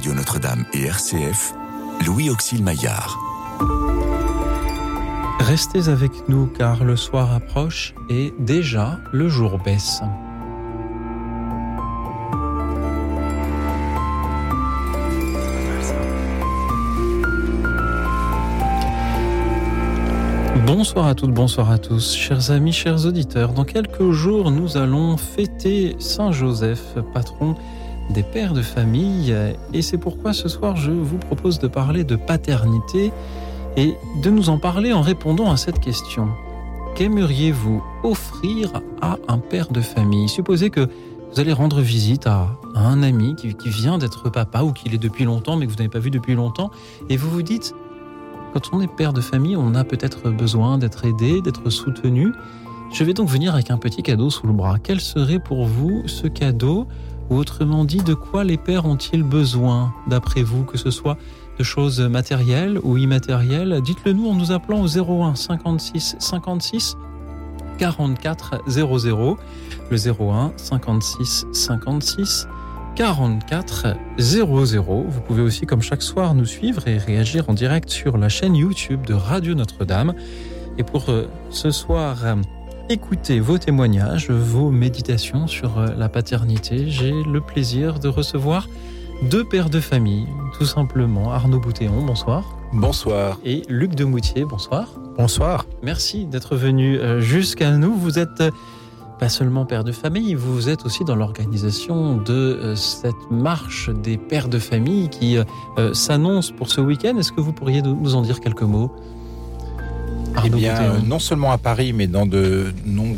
Radio Notre-Dame et RCF, Louis Auxil Maillard. Restez avec nous car le soir approche et déjà le jour baisse. Bonsoir à toutes, bonsoir à tous, chers amis, chers auditeurs. Dans quelques jours, nous allons fêter Saint Joseph, patron des pères de famille. Et c'est pourquoi ce soir, je vous propose de parler de paternité et de nous en parler en répondant à cette question. Qu'aimeriez-vous offrir à un père de famille ? Supposez que vous allez rendre visite à un ami qui vient d'être papa ou qui l'est depuis longtemps, mais que vous n'avez pas vu depuis longtemps, et vous vous dites... Quand on est père de famille, on a peut-être besoin d'être aidé, d'être soutenu. Je vais donc venir avec un petit cadeau sous le bras. Quel serait pour vous ce cadeau ? Ou autrement dit, de quoi les pères ont-ils besoin, d'après vous, que ce soit de choses matérielles ou immatérielles ? Dites-le nous en nous appelant au 01 56 56 44 00. Le 01 56 56 44 00. Vous pouvez aussi, comme chaque soir, nous suivre et réagir en direct sur la chaîne YouTube de Radio Notre-Dame. Et pour ce soir, écoutez vos témoignages, vos méditations sur la paternité. J'ai le plaisir de recevoir deux pères de famille, tout simplement. Arnaud Boutéon, bonsoir. Bonsoir. Et Luc Demoustier, bonsoir. Bonsoir. Merci d'être venu jusqu'à nous. Vous êtes... pas seulement père de famille, vous êtes aussi dans l'organisation de cette marche des pères de famille qui s'annonce pour ce week-end. Est-ce que vous pourriez nous en dire quelques mots ? Eh bien, non seulement à Paris, mais dans de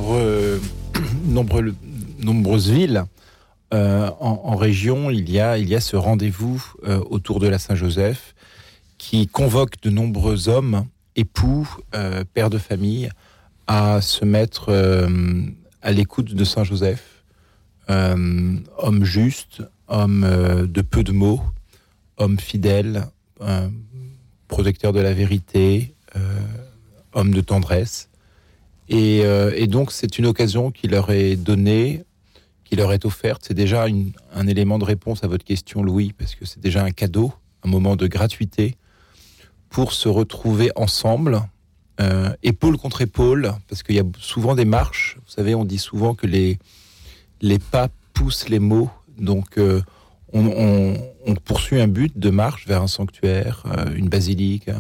nombreuses villes en région, il y a ce rendez-vous autour de la Saint-Joseph qui convoque de nombreux hommes, époux, pères de famille, à se mettre... à l'écoute de Saint Joseph, homme juste, homme de peu de mots, homme fidèle, protecteur de la vérité, homme de tendresse. Et donc c'est une occasion qui leur est donnée, qui leur est offerte. C'est déjà un élément de réponse à votre question, Louis, parce que c'est déjà un cadeau, un moment de gratuité pour se retrouver ensemble, épaule contre épaule, parce qu'il y a souvent des marches. Vous savez, on dit souvent que les pas poussent les mots. Donc, on poursuit un but de marche vers un sanctuaire, une basilique.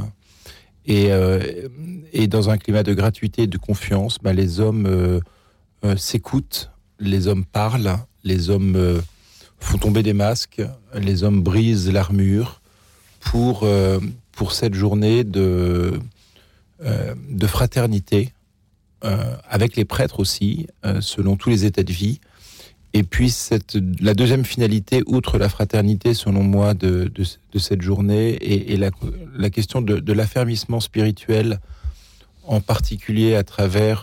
Et dans un climat de gratuité et de confiance, les hommes s'écoutent, les hommes parlent, les hommes font tomber des masques, les hommes brisent l'armure pour cette journée de fraternité, avec les prêtres aussi, selon tous les états de vie. Et puis la deuxième finalité, outre la fraternité, selon moi, de cette journée, est la question de l'affermissement spirituel, en particulier à travers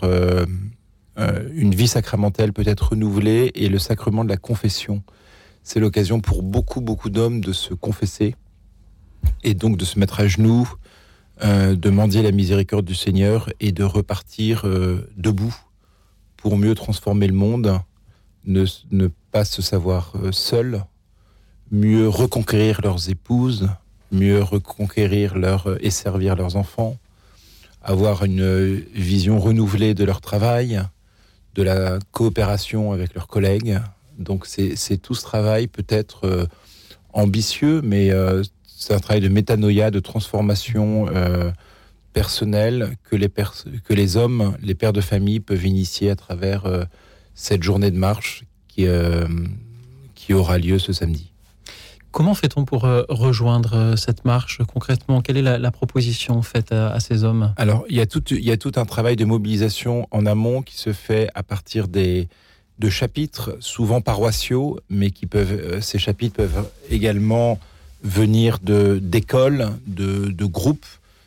une vie sacramentelle peut-être renouvelée, et le sacrement de la confession. C'est l'occasion pour beaucoup d'hommes de se confesser, et donc de se mettre à genoux, de mendier la miséricorde du Seigneur et de repartir debout pour mieux transformer le monde, ne pas se savoir seul, mieux reconquérir leurs épouses, mieux reconquérir et servir leurs enfants, avoir une vision renouvelée de leur travail, de la coopération avec leurs collègues. Donc c'est tout ce travail peut-être ambitieux, mais... c'est un travail de métanoïa, de transformation personnelle que les hommes, les pères de famille peuvent initier à travers cette journée de marche qui aura lieu ce samedi. Comment fait-on pour rejoindre cette marche concrètement ? Quelle est la proposition faite à ces hommes ? Alors, il y a tout un travail de mobilisation en amont qui se fait à partir de chapitres, souvent paroissiaux, mais ces chapitres peuvent également venir d'écoles, de groupes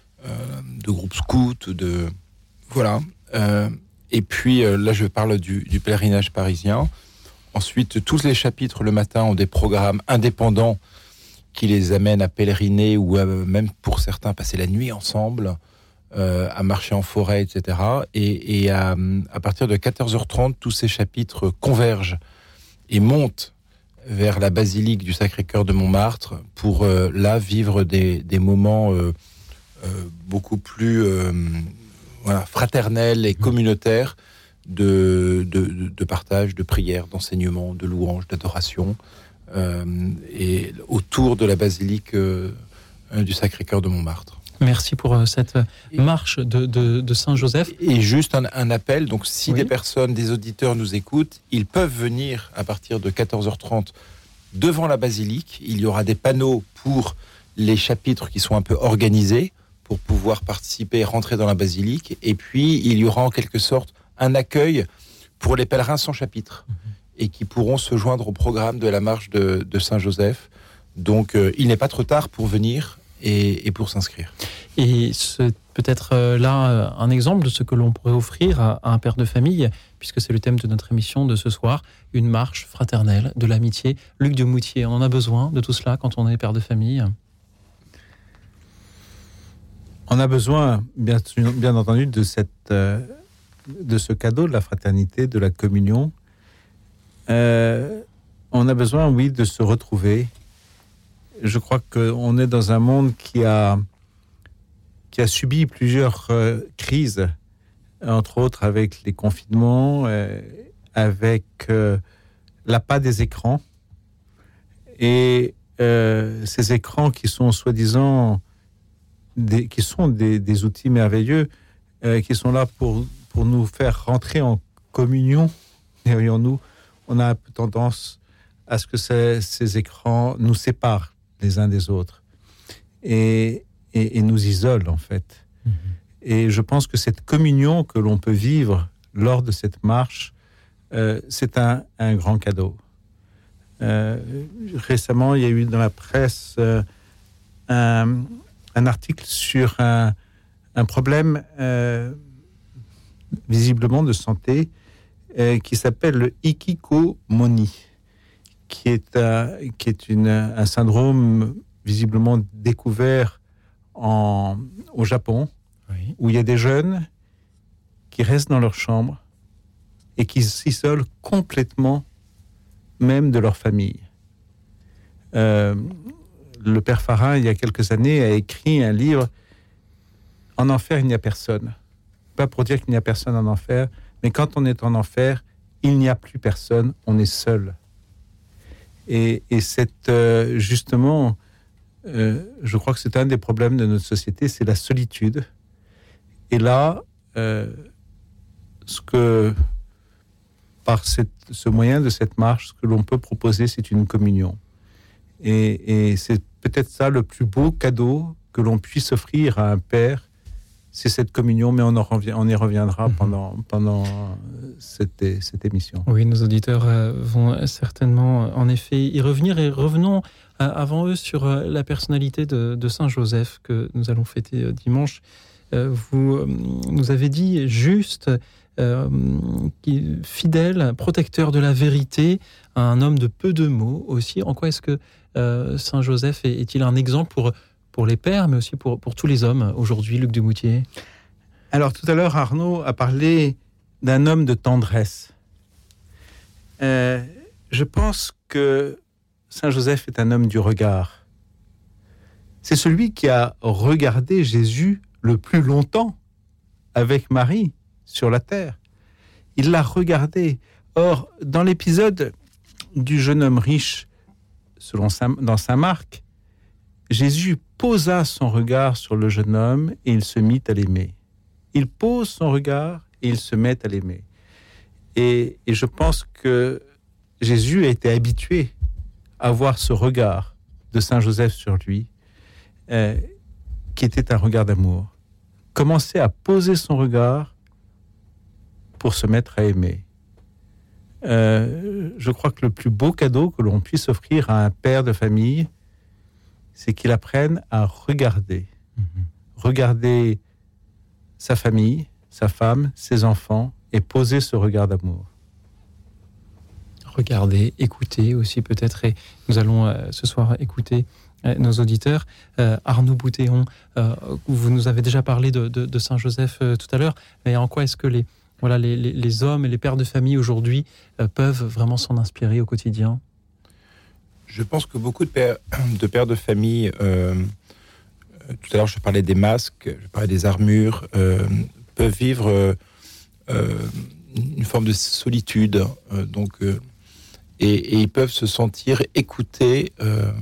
scouts, voilà. Et puis là, je parle du pèlerinage parisien. Ensuite, tous les chapitres le matin ont des programmes indépendants qui les amènent à pèleriner ou même pour certains passer la nuit ensemble, à marcher en forêt, etc. Et à partir de 14h30, tous ces chapitres convergent et montent vers la basilique du Sacré-Cœur de Montmartre pour là vivre des moments beaucoup plus fraternels et communautaires de partage, de prière, d'enseignement, de louange, d'adoration, et autour de la basilique du Sacré-Cœur de Montmartre. Merci pour cette marche de Saint-Joseph. Et juste un appel, donc si des auditeurs nous écoutent, ils peuvent venir à partir de 14h30 devant la basilique. Il y aura des panneaux pour les chapitres qui sont un peu organisés pour pouvoir participer, rentrer dans la basilique. Et puis, il y aura en quelque sorte un accueil pour les pèlerins sans chapitre et qui pourront se joindre au programme de la marche de Saint-Joseph. Donc, il n'est pas trop tard pour venir et pour s'inscrire. Et c'est peut-être là un exemple de ce que l'on pourrait offrir à un père de famille, puisque c'est le thème de notre émission de ce soir, une marche fraternelle de l'amitié. Luc de Moutier, on en a besoin de tout cela quand on est père de famille? On a besoin, bien entendu, de ce cadeau de la fraternité, de la communion. On a besoin, oui, de se retrouver. Je crois qu'on est dans un monde qui a subi plusieurs crises, entre autres avec les confinements, avec l'appât des écrans. Et ces écrans qui sont soi-disant des outils merveilleux, qui sont là pour nous faire rentrer en communion derrière nous. On a un peu tendance à ce que ces écrans nous séparent les uns des autres et nous isolent, en fait. Et je pense que cette communion que l'on peut vivre lors de cette marche, c'est un grand cadeau. Récemment, il y a eu dans la presse un article sur un un problème visiblement de santé qui s'appelle le hikikomori, qui est un syndrome visiblement découvert au Japon, oui, où il y a des jeunes qui restent dans leur chambre et qui s'isolent complètement même de leur famille. Le père Farin, il y a quelques années, a écrit un livre « En enfer, il n'y a personne ». Pas pour dire qu'il n'y a personne en enfer, mais quand on est en enfer, il n'y a plus personne, on est seul. Et justement, je crois que c'est un des problèmes de notre société, c'est la solitude. Et là, par ce moyen de cette marche, ce que l'on peut proposer, c'est une communion. Et c'est peut-être ça le plus beau cadeau que l'on puisse offrir à un père, c'est cette communion, mais on y reviendra pendant cette émission. Oui, nos auditeurs vont certainement, en effet, y revenir. Et revenons avant eux sur la personnalité de Saint Joseph que nous allons fêter dimanche. Vous nous avez dit juste, fidèle, protecteur de la vérité, un homme de peu de mots aussi. En quoi est-ce que Saint Joseph est-il un exemple pour les pères, mais aussi pour tous les hommes aujourd'hui, Luc de Moutier? Alors, tout à l'heure, Arnaud a parlé d'un homme de tendresse. Je pense que Saint Joseph est un homme du regard. C'est celui qui a regardé Jésus le plus longtemps avec Marie sur la terre. Il l'a regardé. Or, dans l'épisode du jeune homme riche, dans Saint Marc, Jésus posa son regard sur le jeune homme et il se mit à l'aimer. Il pose son regard et il se met à l'aimer. Et je pense que Jésus a été habitué à voir ce regard de Saint Joseph sur lui, qui était un regard d'amour. Commencer à poser son regard pour se mettre à aimer. Je crois que le plus beau cadeau que l'on puisse offrir à un père de famille, c'est qu'il apprenne à regarder. Regarder sa famille, sa femme, ses enfants, et poser ce regard d'amour. Regarder, écouter aussi peut-être, et nous allons ce soir écouter nos auditeurs. Arnaud Boutéon, vous nous avez déjà parlé de Saint Joseph tout à l'heure, mais en quoi est-ce que les hommes et les pères de famille aujourd'hui peuvent vraiment s'en inspirer au quotidien? Je pense que beaucoup de pères de famille, tout à l'heure je parlais des masques, je parlais des armures, peuvent vivre une forme de solitude, et ils peuvent se sentir écoutés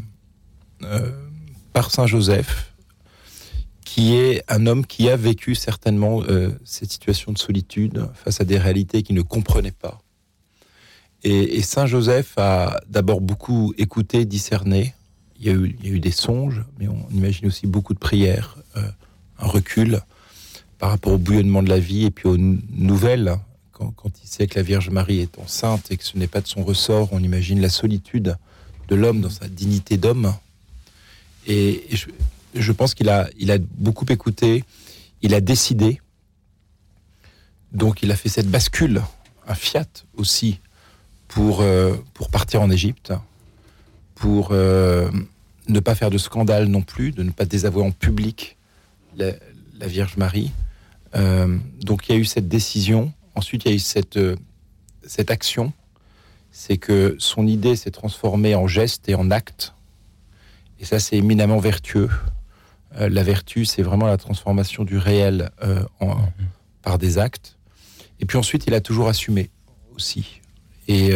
par Saint Joseph, qui est un homme qui a vécu certainement cette situation de solitude face à des réalités qu'il ne comprenait pas. Et Saint Joseph a d'abord beaucoup écouté, discerné. Il y a eu des songes, mais on imagine aussi beaucoup de prières, un recul par rapport au bouillonnement de la vie et puis aux nouvelles. Quand il sait que la Vierge Marie est enceinte et que ce n'est pas de son ressort, on imagine la solitude de l'homme dans sa dignité d'homme. Et je pense qu'il a beaucoup écouté, il a décidé. Donc il a fait cette bascule, un fiat aussi, pour partir en Égypte, pour ne pas faire de scandale non plus, de ne pas désavouer en public la Vierge Marie. Donc il y a eu cette décision. Ensuite, il y a eu cette action. C'est que son idée s'est transformée en geste et en acte. Et ça, c'est éminemment vertueux. La vertu, c'est vraiment la transformation du réel par des actes. Et puis ensuite, il a toujours assumé aussi. Et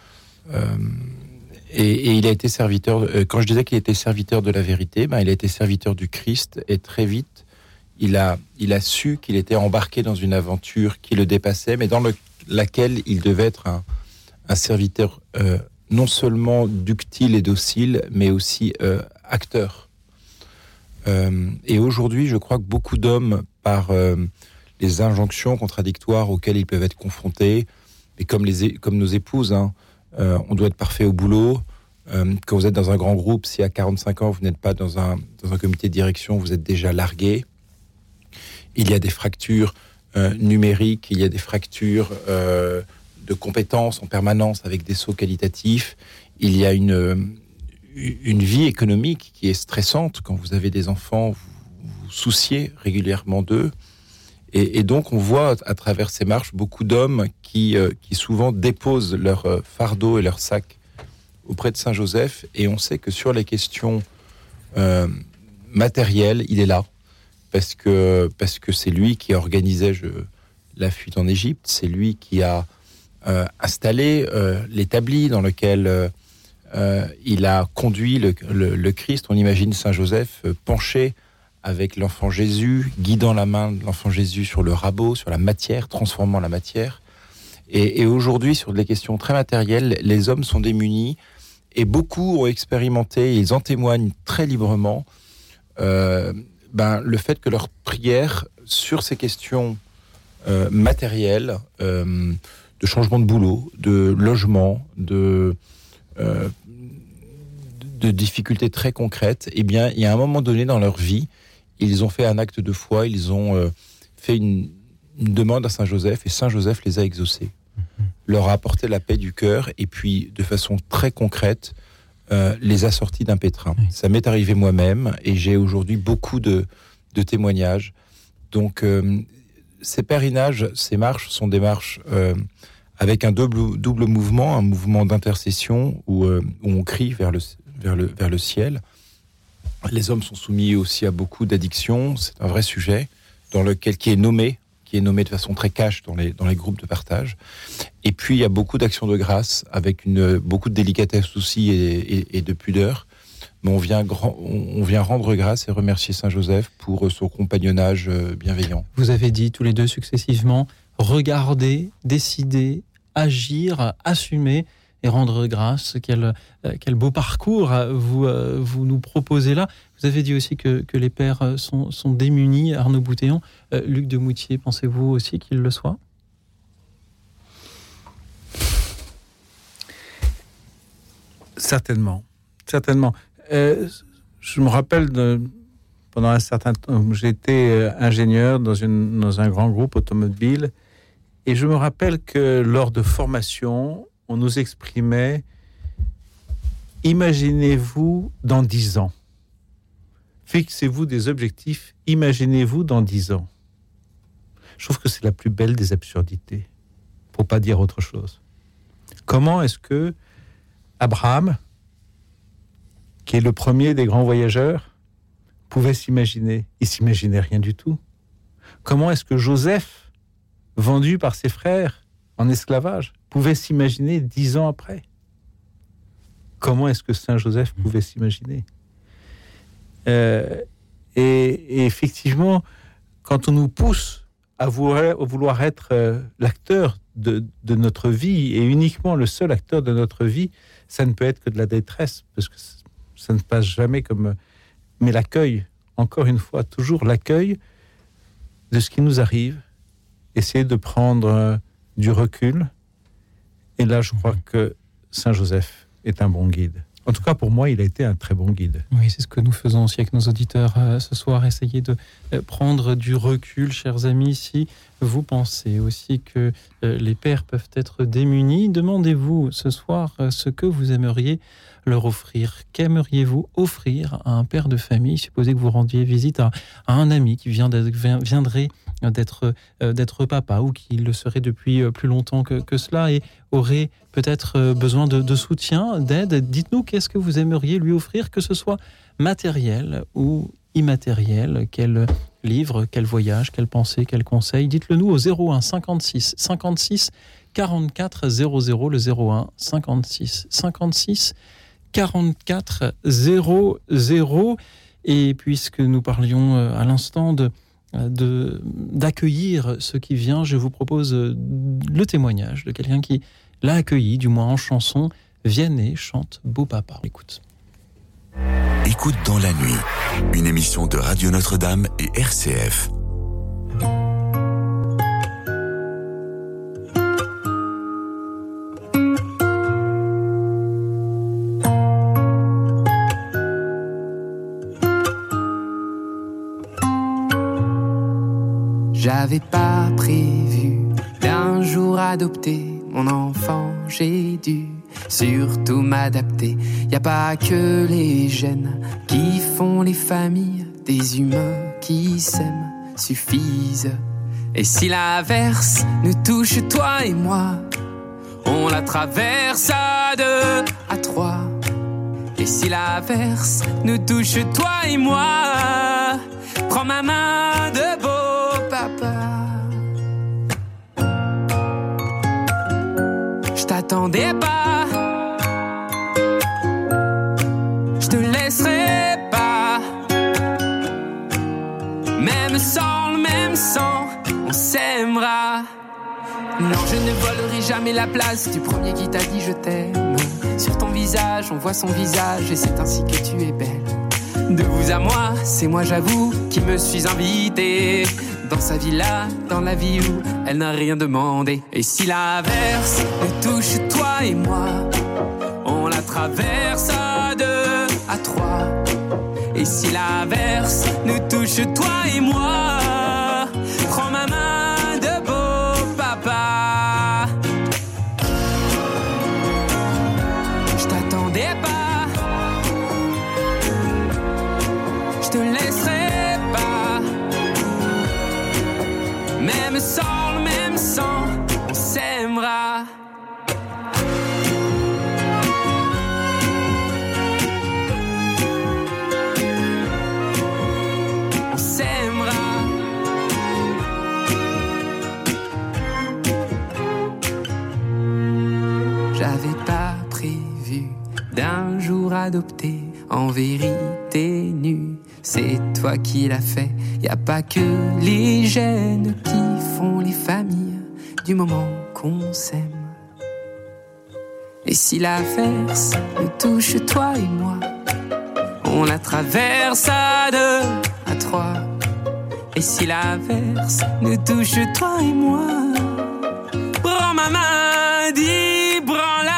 il a été serviteur. Quand je disais qu'il était serviteur de la vérité, il a été serviteur du Christ. Et très vite, il a su qu'il était embarqué dans une aventure qui le dépassait, mais dans laquelle il devait être un serviteur non seulement ductile et docile, mais aussi acteur. Et aujourd'hui, je crois que beaucoup d'hommes, par les injonctions contradictoires auxquelles ils peuvent être confrontés, et comme nos épouses, on doit être parfait au boulot. Quand vous êtes dans un grand groupe, si à 45 ans, vous n'êtes pas dans un comité de direction, vous êtes déjà largué. Il y a des fractures numériques, il y a des fractures de compétences en permanence avec des sauts qualitatifs. Il y a une vie économique qui est stressante. Quand vous avez des enfants, vous vous souciez régulièrement d'eux. Et donc, on voit à travers ces marches beaucoup d'hommes qui souvent déposent leur fardeau et leur sac auprès de Saint Joseph. Et on sait que sur les questions matérielles, il est là. Parce que c'est lui qui organisait la fuite en Égypte. C'est lui qui a installé l'établi dans lequel il a conduit le Christ. On imagine Saint Joseph penché avec l'enfant Jésus, guidant la main de l'enfant Jésus sur le rabot, sur la matière, transformant la matière. Et aujourd'hui, sur des questions très matérielles, les hommes sont démunis et beaucoup ont expérimenté, ils en témoignent très librement, le fait que leur prière sur ces questions matérielles, de changement de boulot, de logement, de difficultés très concrètes, il y a un moment donné dans leur vie, ils ont fait un acte de foi, ils ont fait une demande à Saint Joseph et Saint Joseph les a exaucés. Leur a apporté la paix du cœur et puis, de façon très concrète, les a sortis d'un pétrin. Oui. Ça m'est arrivé moi-même et j'ai aujourd'hui beaucoup de témoignages. Donc, ces pèlerinages, ces marches sont des marches avec un double mouvement, un mouvement d'intercession où on crie vers le ciel. Les hommes sont soumis aussi à beaucoup d'addictions. C'est un vrai sujet qui est nommé de façon très cash dans les groupes de partage. Et puis, il y a beaucoup d'actions de grâce avec beaucoup de délicatesse aussi et de pudeur. Mais on vient rendre grâce et remercier Saint Joseph pour son compagnonnage bienveillant. Vous avez dit tous les deux successivement, regarder, décider, agir, assumer et rendre grâce. Quel beau parcours vous nous proposez là. Vous avez dit aussi que les pères sont démunis, Arnaud Boutéon. Luc de Moutier, pensez-vous aussi qu'il le soit ? Certainement. Je me rappelle pendant un certain temps, j'étais ingénieur dans un grand groupe automobile et je me rappelle que lors de formation, on nous exprimait « Imaginez-vous dans 10 ans ». Fixez-vous des objectifs, imaginez-vous dans 10 ans. Je trouve que c'est la plus belle des absurdités, pour pas dire autre chose. Comment est-ce que Abraham, qui est le premier des grands voyageurs, pouvait s'imaginer? Il s'imaginait rien du tout. Comment est-ce que Joseph, vendu par ses frères en esclavage, pouvait s'imaginer 10 ans après? Comment est-ce que Saint Joseph pouvait s'imaginer? Et effectivement, quand on nous pousse à vouloir être l'acteur de notre vie, et uniquement le seul acteur de notre vie, ça ne peut être que de la détresse, parce que ça ne passe jamais comme... Mais l'accueil, encore une fois, toujours l'accueil de ce qui nous arrive, essayer de prendre du recul. Et là, je crois que Saint Joseph est un bon guide. En tout cas, pour moi, il a été un très bon guide. Oui, c'est ce que nous faisons aussi avec nos auditeurs ce soir, essayer de prendre du recul, chers amis. Si vous pensez aussi que les pères peuvent être démunis, demandez-vous ce soir ce que vous aimeriez leur offrir. Qu'aimeriez-vous offrir à un père de famille? Supposez que vous rendiez visite à un ami qui viendrait d'être papa, ou qui le serait depuis plus longtemps que cela, et aurait peut-être besoin de soutien, d'aide. Dites-nous qu'est-ce que vous aimeriez lui offrir, que ce soit matériel ou immatériel. Quel livre, quel voyage, quelle pensée, quel conseil? Dites-le nous au 01 56 56 44 00, le 01 56 56 44 00. Et puisque nous parlions à l'instant d'accueillir ce qui vient, je vous propose le témoignage de quelqu'un qui l'a accueilli, du moins en chanson. Vianney chante Beau Papa. Écoute. Écoute dans la nuit, une émission de Radio Notre-Dame et RCF. J'avais pas prévu d'un jour adopter mon enfant, j'ai dû surtout m'adapter. Y a pas que les gènes qui font les familles, des humains qui s'aiment suffisent. Et si l'averse nous touche, toi et moi, on la traverse à 2, à 3. Et si l'averse nous touche, toi et moi, prends ma main de beau papa. Je t'attendais pas, je te laisserai pas. Même sans le même sang, on s'aimera. Non, je ne volerai jamais la place du premier qui t'a dit je t'aime. Sur ton visage, on voit son visage, et c'est ainsi que tu es belle. De vous à moi, c'est moi j'avoue qui me suis invité dans sa villa, dans la vie où elle n'a rien demandé. Et si l'averse nous touche, toi et moi, on la traverse à 2, à 3. Et si l'averse nous touche, toi et moi, prends ma main de beau papa. Je t'attendais pas, je te laisserai pas. Même sans le même sang, on s'aimera. On s'aimera. J'avais pas prévu d'un jour adopter en vérité nue. C'est toi qui l'as fait. Y a pas que les gènes qui font les familles du moment qu'on s'aime. Et si l'averse nous touche, toi et moi, on la traverse à 2, à 3. Et si l'averse nous touche, toi et moi, prends ma main, dis prends-la.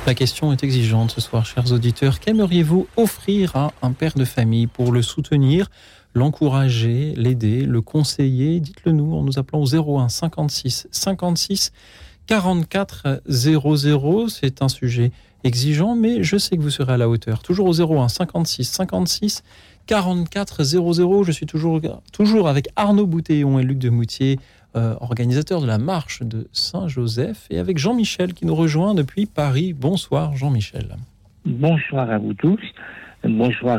La question est exigeante ce soir, chers auditeurs. Qu'aimeriez-vous offrir à un père de famille pour le soutenir, l'encourager, l'aider, le conseiller? Dites-le nous en nous appelant au 01 56 56 44 00. C'est un sujet exigeant, mais je sais que vous serez à la hauteur. Toujours au 01 56 56 44 00. Je suis toujours avec Arnaud Boutéon et Luc Demoutier, organisateur de la marche de Saint-Joseph, et avec Jean-Michel qui nous rejoint depuis Paris. Bonsoir Jean-Michel. Bonsoir à vous tous. Bonsoir.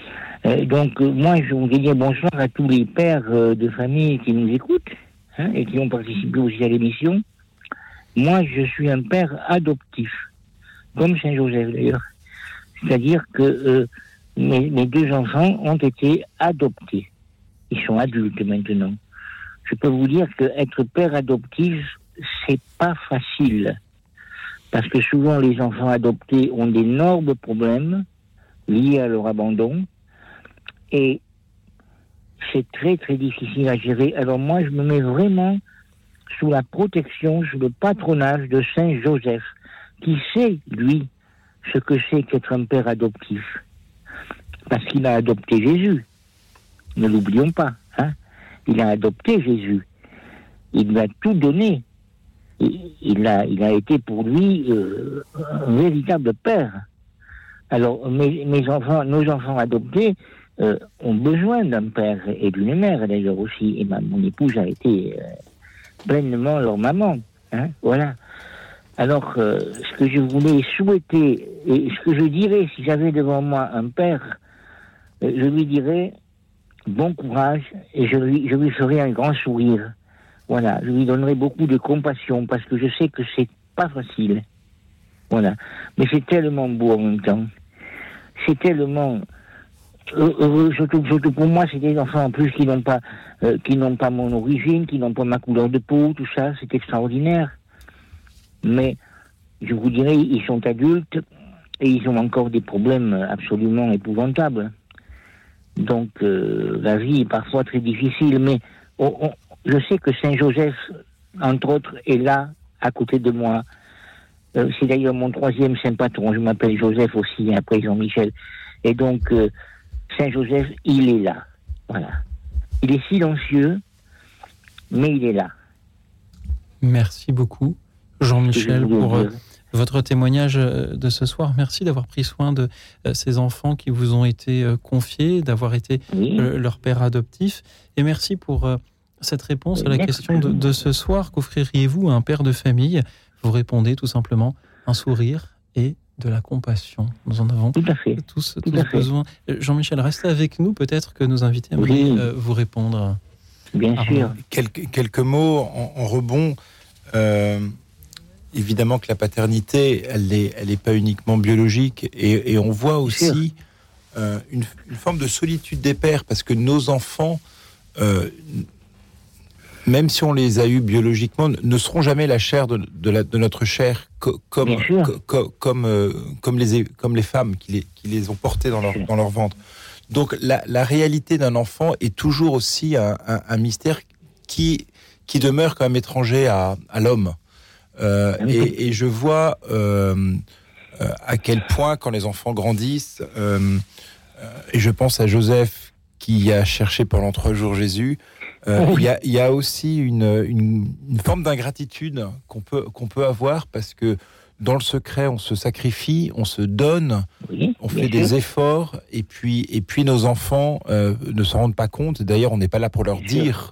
Donc moi je voudrais dire bonsoir à tous les pères de famille qui nous écoutent et qui ont participé aussi à l'émission. Moi je suis un père adoptif, comme Saint-Joseph d'ailleurs. C'est-à-dire que mes deux enfants ont été adoptés. Ils sont adultes maintenant. Je peux vous dire qu'être père adoptif, c'est pas facile. Parce que souvent, les enfants adoptés ont d'énormes problèmes liés à leur abandon. Et c'est très, très difficile à gérer. Alors moi, je me mets vraiment sous la protection, sous le patronage de Saint Joseph, qui sait, lui, ce que c'est qu'être un père adoptif. Parce qu'il a adopté Jésus. Ne l'oublions pas, hein. Il a adopté Jésus. Il lui a tout donné. Il a été pour lui un véritable père. Alors, nos enfants adoptés ont besoin d'un père et d'une mère d'ailleurs aussi. Et mon épouse a été pleinement leur maman. Hein, voilà. Alors, ce que je voulais souhaiter, et ce que je dirais si j'avais devant moi un père, je lui dirais bon courage et je lui ferai un grand sourire. Voilà, je lui donnerai beaucoup de compassion parce que je sais que c'est pas facile. Voilà, mais c'est tellement beau en même temps. C'est tellement heureux, surtout pour moi, c'est des enfants en plus qui n'ont pas mon origine, qui n'ont pas ma couleur de peau, tout ça, c'est extraordinaire. Mais je vous dirais, ils sont adultes et ils ont encore des problèmes absolument épouvantables. Donc, la vie est parfois très difficile, mais je sais que Saint-Joseph, entre autres, est là, à côté de moi. C'est d'ailleurs mon troisième saint patron. Je m'appelle Joseph aussi, après Jean-Michel. Et donc, Saint-Joseph, il est là. Voilà. Il est silencieux, mais il est là. Merci beaucoup, Jean-Michel, pour votre témoignage de ce soir. Merci d'avoir pris soin de ces enfants qui vous ont été confiés, d'avoir été leur père adoptif. Et merci pour cette réponse à la question de ce soir. Qu'offririez-vous à un père de famille? Vous répondez tout simplement un sourire et de la compassion. Nous en avons tous besoin. Jean-Michel, restez avec nous. Peut-être que nos invités aimeraient vous répondre. Bien sûr. Quelques mots en rebond. Évidemment que la paternité, elle n'est pas uniquement biologique, et on voit aussi une forme de solitude des pères, parce que nos enfants, même si on les a eus biologiquement, ne seront jamais la chair de notre chair, comme les femmes qui les ont portés dans leur ventre. Donc la réalité d'un enfant est toujours aussi un mystère qui demeure quand même étranger à l'homme. Et je vois à quel point, quand les enfants grandissent, et je pense à Joseph qui a cherché pendant 3 jours Jésus, il y a aussi une forme d'ingratitude qu'on peut avoir, parce que dans le secret, on se sacrifie, on se donne, on fait des efforts, et puis nos enfants ne s'en rendent pas compte. D'ailleurs, on n'est pas là pour leur dire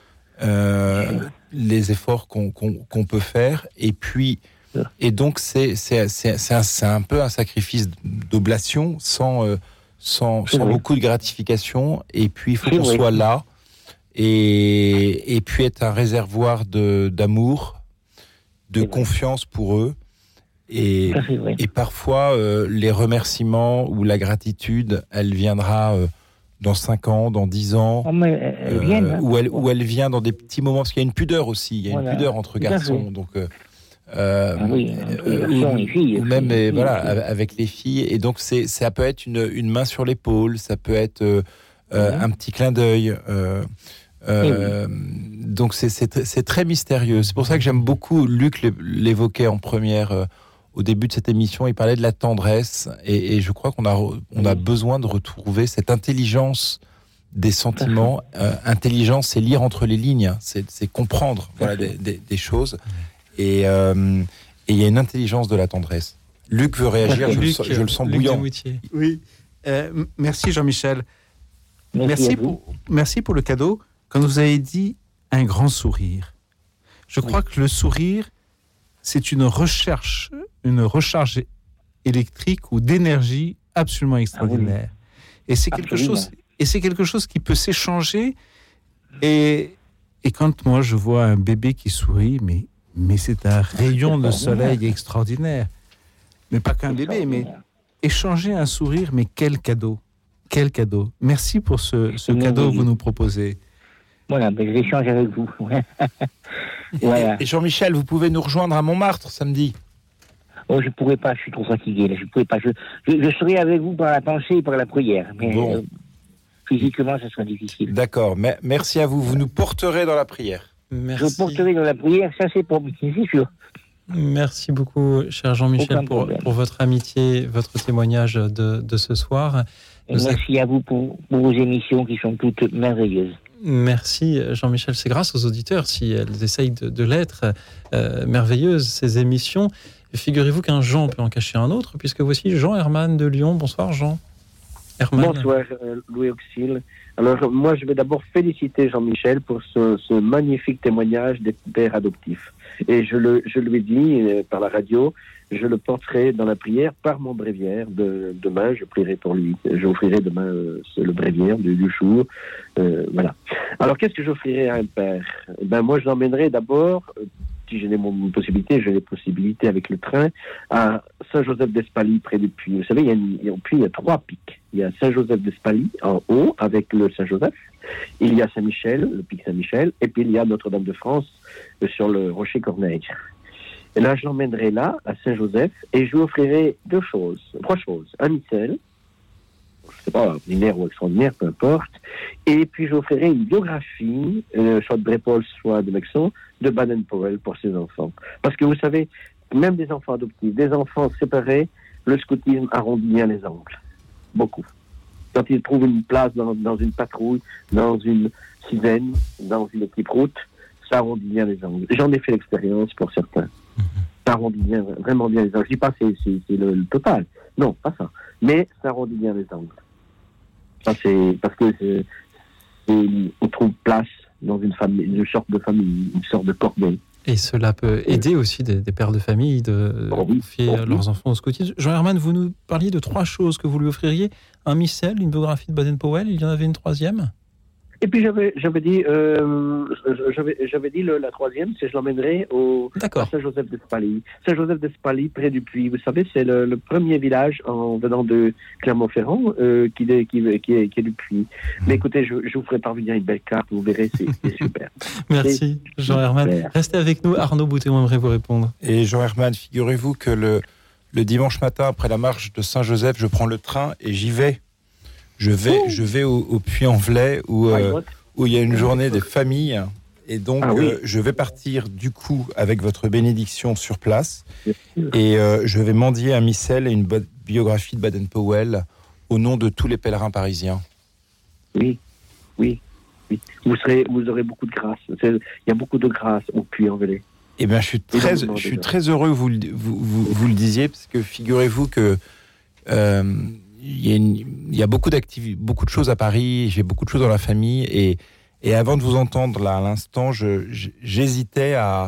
les efforts qu'on peut faire, et donc c'est un peu un sacrifice d'oblation sans beaucoup de gratification, et puis il faut qu'on soit là, et puis être un réservoir d'amour, de confiance pour eux, et parfois les remerciements ou la gratitude, elle viendra dans 5 ans, dans 10 ans, où elle vient dans des petits moments, parce qu'il y a une pudeur aussi, il y a une pudeur entre garçons, donc ou même avec les filles, et donc ça peut être une main sur l'épaule, ça peut être un petit clin d'œil, donc c'est très mystérieux. C'est pour ça que j'aime beaucoup, Luc l'évoquait en première au début de cette émission, il parlait de la tendresse, et je crois qu'on a besoin de retrouver cette intelligence des sentiments. Intelligence, c'est lire entre les lignes, c'est comprendre des choses, et il y a une intelligence de la tendresse. Luc veut réagir, je le sens bouillant. Oui, merci Jean-Michel. Merci pour le cadeau. Quand vous avez dit un grand sourire, je crois que le sourire, c'est une recharge électrique ou d'énergie absolument extraordinaire. Et c'est quelque chose qui peut s'échanger. Et quand moi je vois un bébé qui sourit, mais c'est un rayon de soleil extraordinaire. Mais pas qu'un bébé, mais échanger un sourire, mais quel cadeau. Quel cadeau. Merci pour ce cadeau que vous nous proposez. Voilà, je l'échange avec vous. Voilà. Et Jean-Michel, vous pouvez nous rejoindre à Montmartre samedi. Oh, je ne pourrais pas, je suis trop fatigué. Là, je ne pourrais pas. Je serai avec vous par la pensée et par la prière. Mais physiquement, ça sera difficile. D'accord, mais merci à vous. Vous nous porterez dans la prière. Merci. Je porterai dans la prière, ça c'est sûr. Merci beaucoup, cher Jean-Michel, pour votre amitié, votre témoignage de ce soir. Merci à vous pour vos émissions qui sont toutes merveilleuses. Merci Jean-Michel, c'est grâce aux auditeurs si elles essayent de l'être merveilleuses ces émissions. Figurez-vous qu'un Jean peut en cacher un autre, puisque voici Jean Herman de Lyon. Bonsoir Jean. Herman. Bonsoir Louis Auxil. Alors moi je vais d'abord féliciter Jean-Michel pour ce magnifique témoignage des pères adoptifs. Et je lui ai dit par la radio, je le porterai dans la prière par mon bréviaire. Demain, je prierai pour lui. J'offrirai demain le bréviaire du jour. Voilà. Alors, qu'est-ce que j'offrirai à un père ? Moi, je l'emmènerai d'abord, si j'ai les possibilités avec le train, à Saint-Joseph d'Espaly, près du Puy. Vous savez, il y a 3 pics. Il y a Saint-Joseph d'Espaly, en haut, avec le Saint-Joseph. Il y a Saint-Michel, le pic Saint-Michel. Et puis, il y a Notre-Dame de France sur le rocher Corneille. Et là, je l'emmènerai là, à Saint-Joseph, et je lui offrirai 3 choses. Un missel, je ne sais pas, ordinaire ou extraordinaire, peu importe. Et puis, je lui offrirai une biographie, soit de Brépol, soit de Mexon, de Baden-Powell pour ses enfants. Parce que vous savez, même des enfants adoptifs, des enfants séparés, le scoutisme arrondit bien les angles. Beaucoup. Quand ils trouvent une place dans une patrouille, dans une cisaine, dans une équipe route, ça arrondit bien les angles. J'en ai fait l'expérience pour certains. Ça arrondit bien, vraiment bien les angles. Je dis pas c'est le total. Non, pas ça. Mais ça arrondit bien les angles. Ça c'est parce que on trouve place dans une famille, une sorte de famille, une sorte de cordon. Et cela peut aider aussi des pères de famille de confier leurs enfants au scoutisme. Jean Herman, vous nous parliez de 3 choses que vous lui offririez. Un missel, une biographie de Baden-Powell, il y en avait une 3e ? Et puis j'avais dit la 3e, c'est je l'emmènerai à Saint-Joseph d'Espaly. Saint-Joseph d'Espaly, près du Puy. Vous savez, c'est le premier village en venant de Clermont-Ferrand qui est du Puy. Mais écoutez, je vous ferai parvenir une belle carte, vous verrez, c'est super. Merci Jean Herman. Restez avec nous, Arnaud Boutéon aimerait vous répondre. Et Jean Herman, figurez-vous que le dimanche matin, après la marche de Saint-Joseph, je prends le train et j'y vais. Je vais au Puy-en-Velay où il y a une journée des familles et donc je vais partir du coup avec votre bénédiction sur place et je vais mendier un missel et une biographie de Baden-Powell au nom de tous les pèlerins parisiens. Oui. Vous aurez beaucoup de grâce. Il y a beaucoup de grâce au Puy-en-Velay. Eh bien, je suis très heureux que vous le disiez parce que figurez-vous que il y a beaucoup d'activités, beaucoup de choses à Paris, j'ai beaucoup de choses dans la famille et avant de vous entendre là à l'instant, j'hésitais à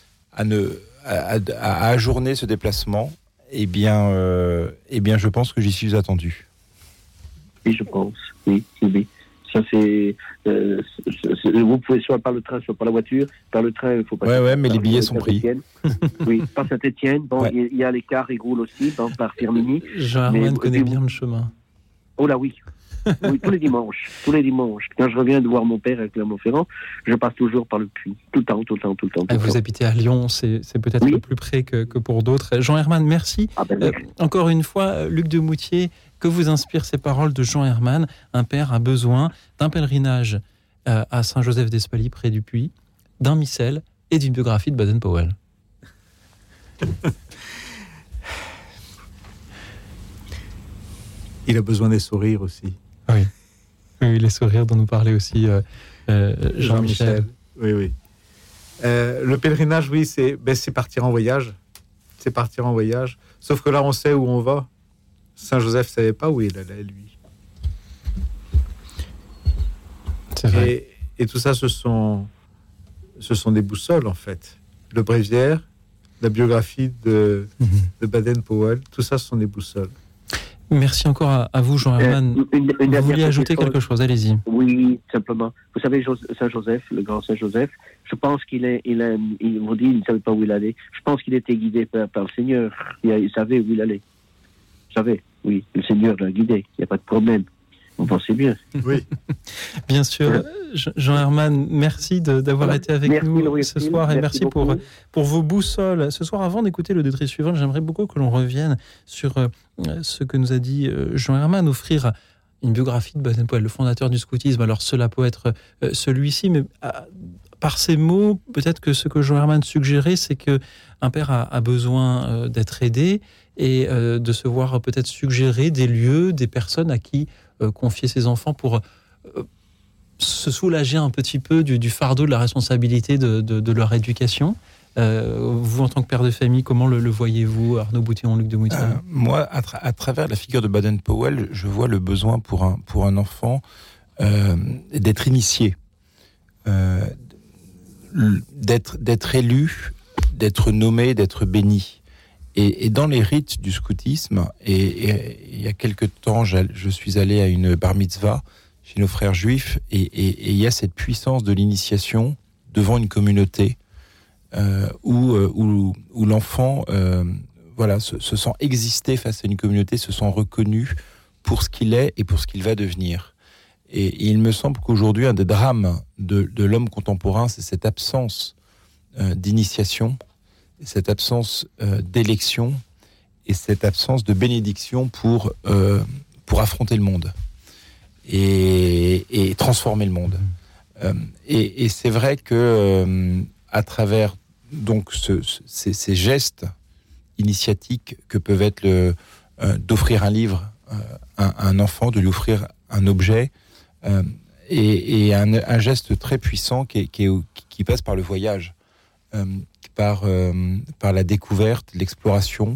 ajourner ce déplacement. Eh bien, je pense que j'y suis attendu. Oui, je pense. Oui. Ça c'est. Vous pouvez soit par le train, soit par la voiture. Par le train, il faut pas. Ouais, mais les billets sont pris. Oui, par Saint-Étienne. Bon, il y a les cars, ils roulent aussi par Firminy. Jean Herman connaît bien le chemin. Oh là oui. Oui, tous les dimanches. Quand je reviens de voir mon père à Clermont-Ferrand, je passe toujours par le Puy. Tout le temps. Vous habitez à Lyon, c'est peut-être plus près que pour d'autres. Jean Herman, merci. Encore une fois, Luc de Moutier, que vous inspirent ces paroles de Jean Herman ? Un père a besoin d'un pèlerinage à Saint-Joseph d'Espaly, près du Puy, d'un missel et d'une biographie de Baden-Powell. Il a besoin des sourires aussi. Oui, les sourires dont nous parlait aussi Jean-Michel. Oui. Le pèlerinage, oui, c'est partir en voyage. C'est partir en voyage. Sauf que là, on sait où on va. Saint Joseph ne savait pas où il allait, lui. C'est vrai. Et tout ça, ce sont des boussoles, en fait. Le bréviaire, la biographie de Baden-Powell, tout ça, ce sont des boussoles. Merci encore à vous, Jean Herman. Vous vouliez ajouter quelque chose, allez-y. Oui, simplement. Vous savez, Saint Joseph, le grand Saint Joseph, je pense qu'il vous dit, il ne savait pas où il allait. Je pense qu'il était guidé par le Seigneur. Il savait où il allait. Il savait, oui, le Seigneur l'a guidé. Il n'y a pas de problème. Vous pensez bien. Oui. Bien sûr. Jean Herman, merci d'avoir été avec nous ce soir et merci pour vos boussoles. Ce soir, avant d'écouter l'auditrice suivante, j'aimerais beaucoup que l'on revienne sur ce que nous a dit Jean Herman, offrir une biographie de Baden-Powell, le fondateur du scoutisme. Alors cela peut être celui-ci, mais par ces mots, peut-être que ce que Jean Herman suggérait, c'est qu'un père a besoin d'être aidé et de se voir peut-être suggérer des lieux, des personnes à qui confier ses enfants pour se soulager un petit peu du fardeau de la responsabilité de leur éducation. Vous, en tant que père de famille, comment le voyez-vous, Arnaud Boutillon, Luc de Moutier? Moi, à travers la figure de Baden-Powell, je vois le besoin pour un enfant d'être initié, d'être élu, d'être nommé, d'être béni. Et dans les rites du scoutisme, et il y a quelque temps, je suis allé à une bar mitzvah chez nos frères juifs, et il y a cette puissance de l'initiation devant une communauté où l'enfant se sent exister face à une communauté, se sent reconnu pour ce qu'il est et pour ce qu'il va devenir. Et il me semble qu'aujourd'hui, un des drames de l'homme contemporain, c'est cette absence d'initiation, cette absence d'élection et cette absence de bénédiction pour affronter le monde et transformer le monde. Et c'est vrai que à travers donc ces gestes initiatiques que peuvent être d'offrir un livre à un enfant, de lui offrir un objet, et un geste très puissant qui passe par le voyage, par la découverte, l'exploration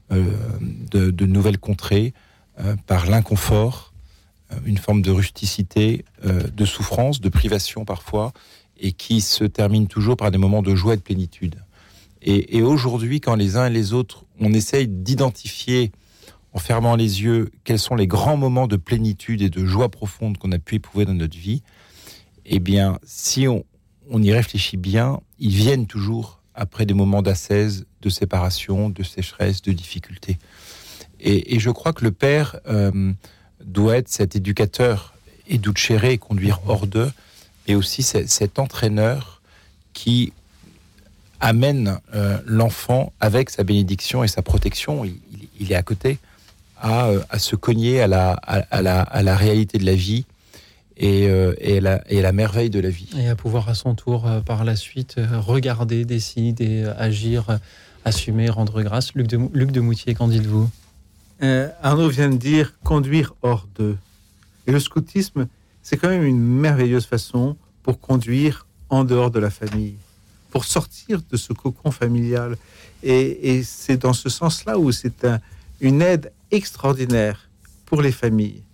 de nouvelles contrées, par l'inconfort, une forme de rusticité, de souffrance, de privation parfois, et qui se termine toujours par des moments de joie et de plénitude. Et aujourd'hui, quand les uns et les autres, on essaye d'identifier, en fermant les yeux, quels sont les grands moments de plénitude et de joie profonde qu'on a pu éprouver dans notre vie, eh bien, si on y réfléchit bien, ils viennent toujours après des moments d'ascèse, de séparation, de sécheresse, de difficulté. Et je crois que le père doit être cet éducateur, éducere, conduire hors d'eux, et aussi cet entraîneur qui amène l'enfant avec sa bénédiction et sa protection. Il est à côté, à se cogner à la réalité de la vie et la merveille de la vie. Et à pouvoir à son tour, par la suite, regarder, décider, agir, assumer, rendre grâce. Luc de Moutier, qu'en dites-vous? Arnaud vient de dire conduire hors d'eux. Et le scoutisme, c'est quand même une merveilleuse façon pour conduire en dehors de la famille, pour sortir de ce cocon familial. Et c'est dans ce sens-là où c'est une aide extraordinaire pour les familles.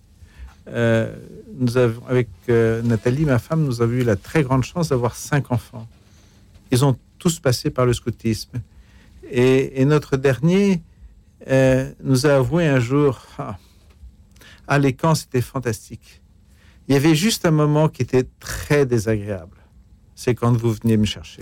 Nous avons, avec Nathalie, ma femme, nous avons eu la très grande chance d'avoir 5 enfants. Ils ont tous passé par le scoutisme. Et notre dernier nous a avoué un jour, les camps, c'était fantastique. Il y avait juste un moment qui était très désagréable. C'est quand vous veniez me chercher.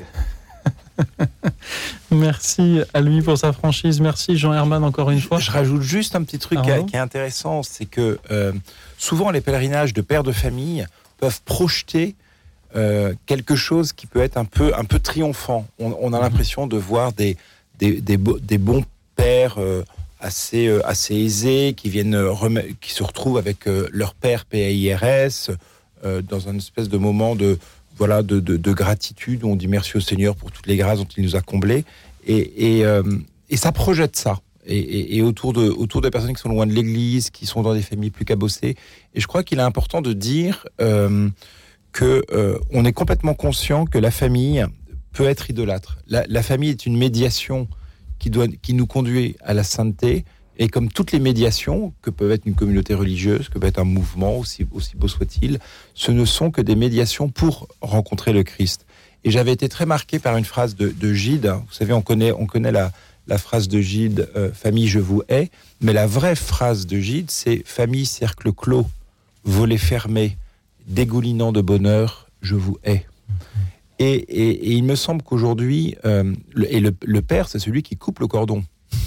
Merci à lui pour sa franchise. Merci Jean Herman encore une fois. Je rajoute juste un petit truc qui est intéressant, c'est que souvent les pèlerinages de pères de famille peuvent projeter quelque chose qui peut être un peu triomphant. On a l'impression de voir des bons pères assez aisés qui qui se retrouvent avec leur père PAIRS dans une espèce de moment de gratitude où on dit merci au Seigneur pour toutes les grâces dont il nous a comblés et ça projette ça et autour de personnes qui sont loin de l'Église, qui sont dans des familles plus cabossées. Et je crois qu'il est important de dire que on est complètement conscient que la famille peut être idolâtre. La famille est une médiation qui nous conduit à la sainteté. Et comme toutes les médiations, que peut être une communauté religieuse, que peut être un mouvement, aussi beau soit-il, ce ne sont que des médiations pour rencontrer le Christ. Et j'avais été très marqué par une phrase de Gide. Vous savez, on connaît la phrase de Gide, famille, je vous hais. Mais la vraie phrase de Gide, c'est famille, cercle clos, volet fermé, dégoulinant de bonheur, je vous hais. Et il me semble qu'aujourd'hui, le père, c'est celui qui coupe le cordon.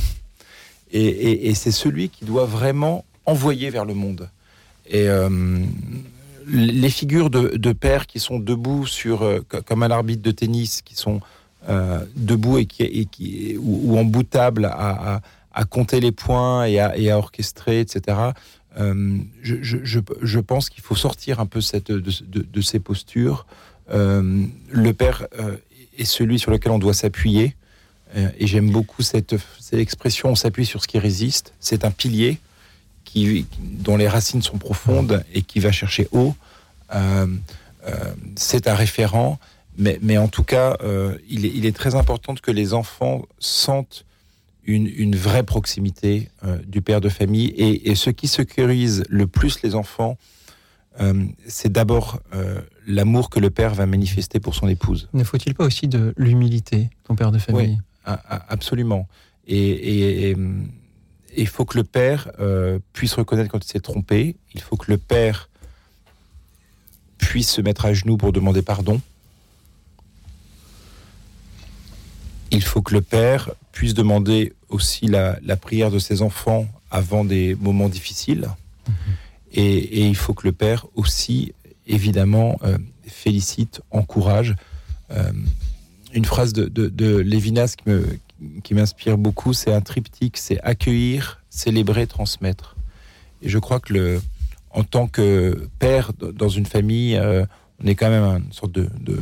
Et c'est celui qui doit vraiment envoyer vers le monde. Et les figures de pères qui sont debout comme un arbitre de tennis, qui sont debout ou en bout de table à compter les points et à orchestrer, etc. Je pense qu'il faut sortir un peu de ces postures. Le père est celui sur lequel on doit s'appuyer. Et j'aime beaucoup cette expression, on s'appuie sur ce qui résiste. C'est un pilier dont les racines sont profondes et qui va chercher haut. C'est un référent, mais en tout cas, il est très important que les enfants sentent une vraie proximité du père de famille. Et ce qui sécurise le plus les enfants, c'est d'abord l'amour que le père va manifester pour son épouse. Ne faut-il pas aussi de l'humilité, ton père de famille ? Oui. Absolument. Et il faut que le père puisse reconnaître quand il s'est trompé. Il faut que le père puisse se mettre à genoux pour demander pardon. Il faut que le père puisse demander aussi la prière de ses enfants avant des moments difficiles. Et il faut que le père aussi, évidemment, félicite, encourage. Une phrase de Lévinas qui m'inspire beaucoup, c'est un triptyque, c'est accueillir, célébrer, transmettre. Et je crois que en tant que père dans une famille, on est quand même une sorte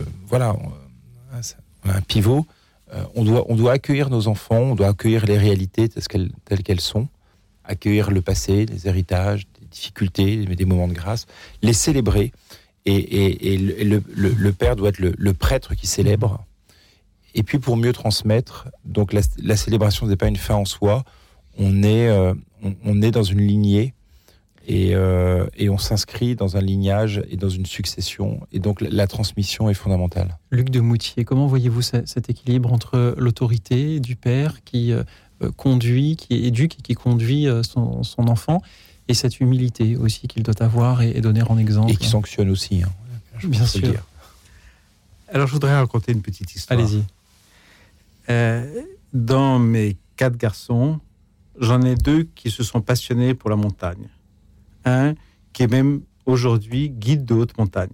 un pivot. On doit accueillir nos enfants, on doit accueillir les réalités telles qu'elles sont, accueillir le passé, les héritages, les difficultés, des moments de grâce, les célébrer. Et le père doit être le prêtre qui célèbre. Et puis pour mieux transmettre, donc la célébration n'est pas une fin en soi, on est dans une lignée et on s'inscrit dans un lignage et dans une succession, et donc la transmission est fondamentale. Luc de Moutier, comment voyez-vous cet équilibre entre l'autorité du père qui conduit, qui éduque et qui conduit son enfant, et cette humilité aussi qu'il doit avoir et donner en exemple. Et qui sanctionne aussi. Bien sûr. Alors je voudrais raconter une petite histoire. Allez-y. Dans mes 4 garçons, j'en ai 2 qui se sont passionnés pour la montagne. Un qui est même aujourd'hui guide de haute montagne.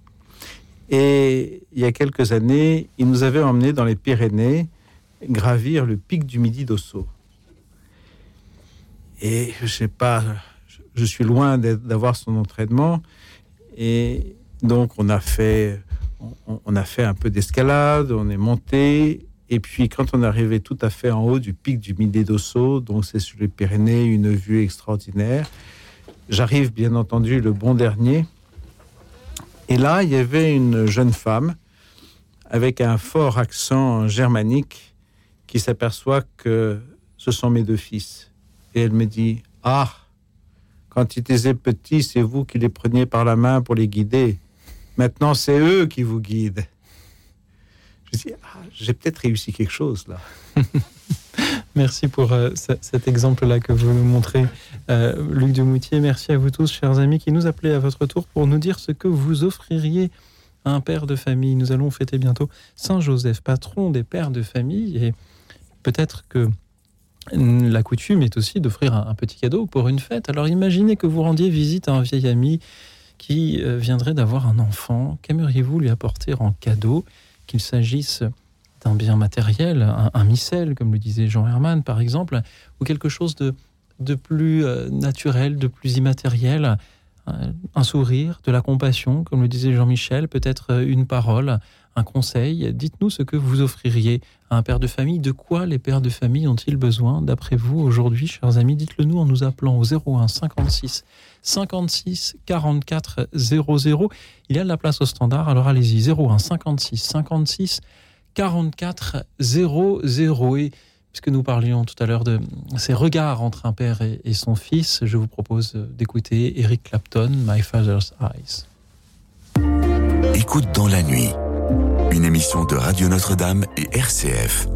Et il y a quelques années, il nous avait emmenés dans les Pyrénées gravir le pic du Midi d'Ossau. Et je sais pas, je suis loin d'avoir son entraînement. Et donc on a fait un peu d'escalade, on est monté. Et puis, quand on est arrivé tout à fait en haut du pic du Midi d'Ossau, donc c'est sur les Pyrénées, une vue extraordinaire, j'arrive bien entendu le bon dernier. Et là, il y avait une jeune femme avec un fort accent germanique qui s'aperçoit que ce sont mes 2 fils. Et elle me dit « Ah, quand ils étaient petits, c'est vous qui les preniez par la main pour les guider. Maintenant, c'est eux qui vous guident. » Je dis, j'ai peut-être réussi quelque chose là. Merci pour cet exemple-là que vous nous montrez, Luc de Moutier. Merci à vous tous, chers amis, qui nous appelez à votre tour pour nous dire ce que vous offririez à un père de famille. Nous allons fêter bientôt Saint Joseph, patron des pères de famille, et peut-être que la coutume est aussi d'offrir un petit cadeau pour une fête. Alors imaginez que vous rendiez visite à un vieil ami qui viendrait d'avoir un enfant. Qu'aimeriez-vous lui apporter en cadeau ? Qu'il s'agisse d'un bien matériel, un missel, comme le disait Jean Herman par exemple, ou quelque chose de plus naturel, de plus immatériel, un sourire, de la compassion, comme le disait Jean-Michel, peut-être une parole, un conseil. Dites-nous ce que vous offririez à un père de famille. De quoi les pères de famille ont-ils besoin, d'après vous, aujourd'hui, chers amis? Dites-le nous en nous appelant au 01 56 56 44 00. Il y a de la place au standard, alors allez-y, 01 56 56 44 00. Et puisque nous parlions tout à l'heure de ces regards entre un père et son fils, je vous propose d'écouter Eric Clapton, My Father's Eyes. Écoute dans la nuit, une émission de Radio Notre-Dame et RCF.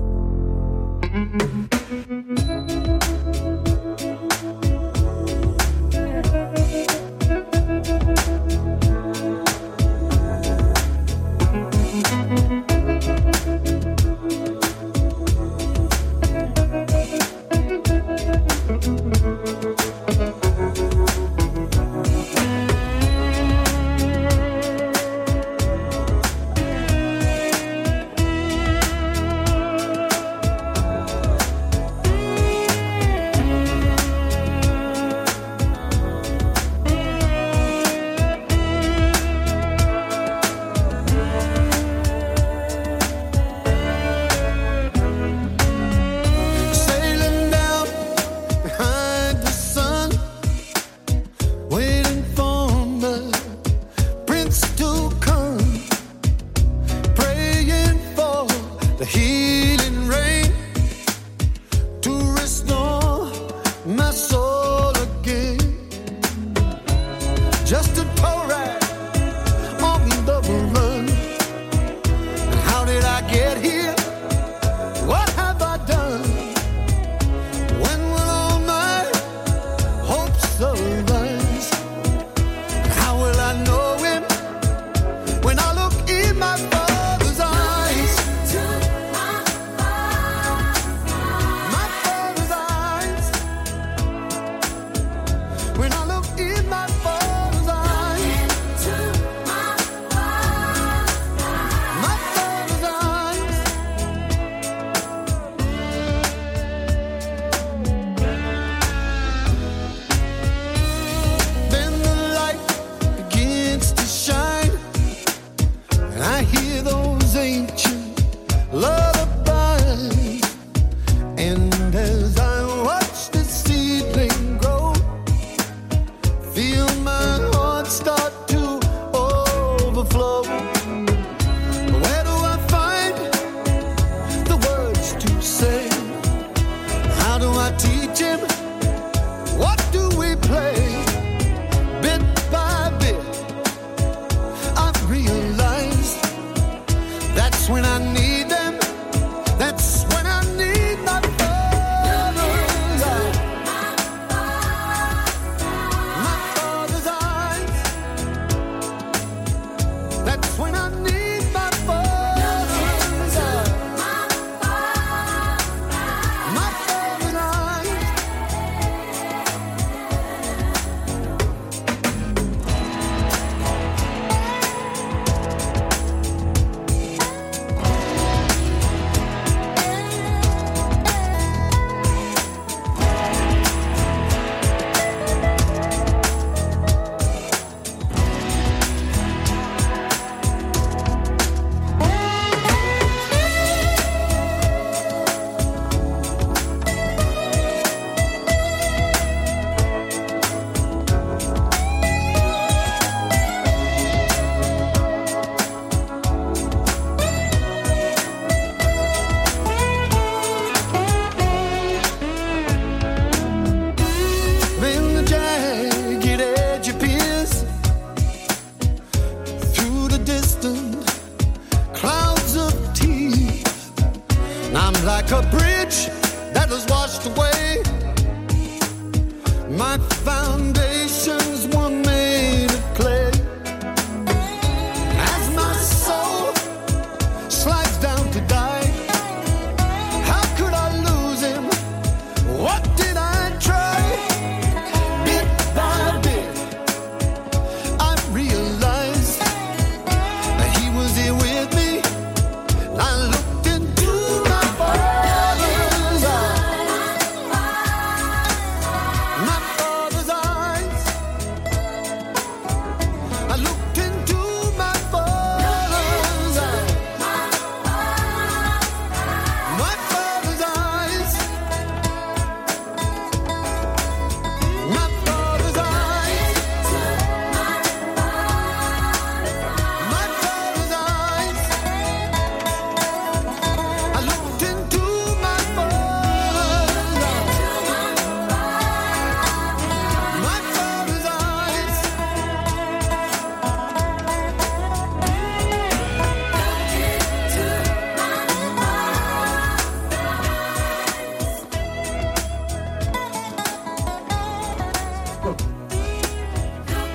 My father's eyes.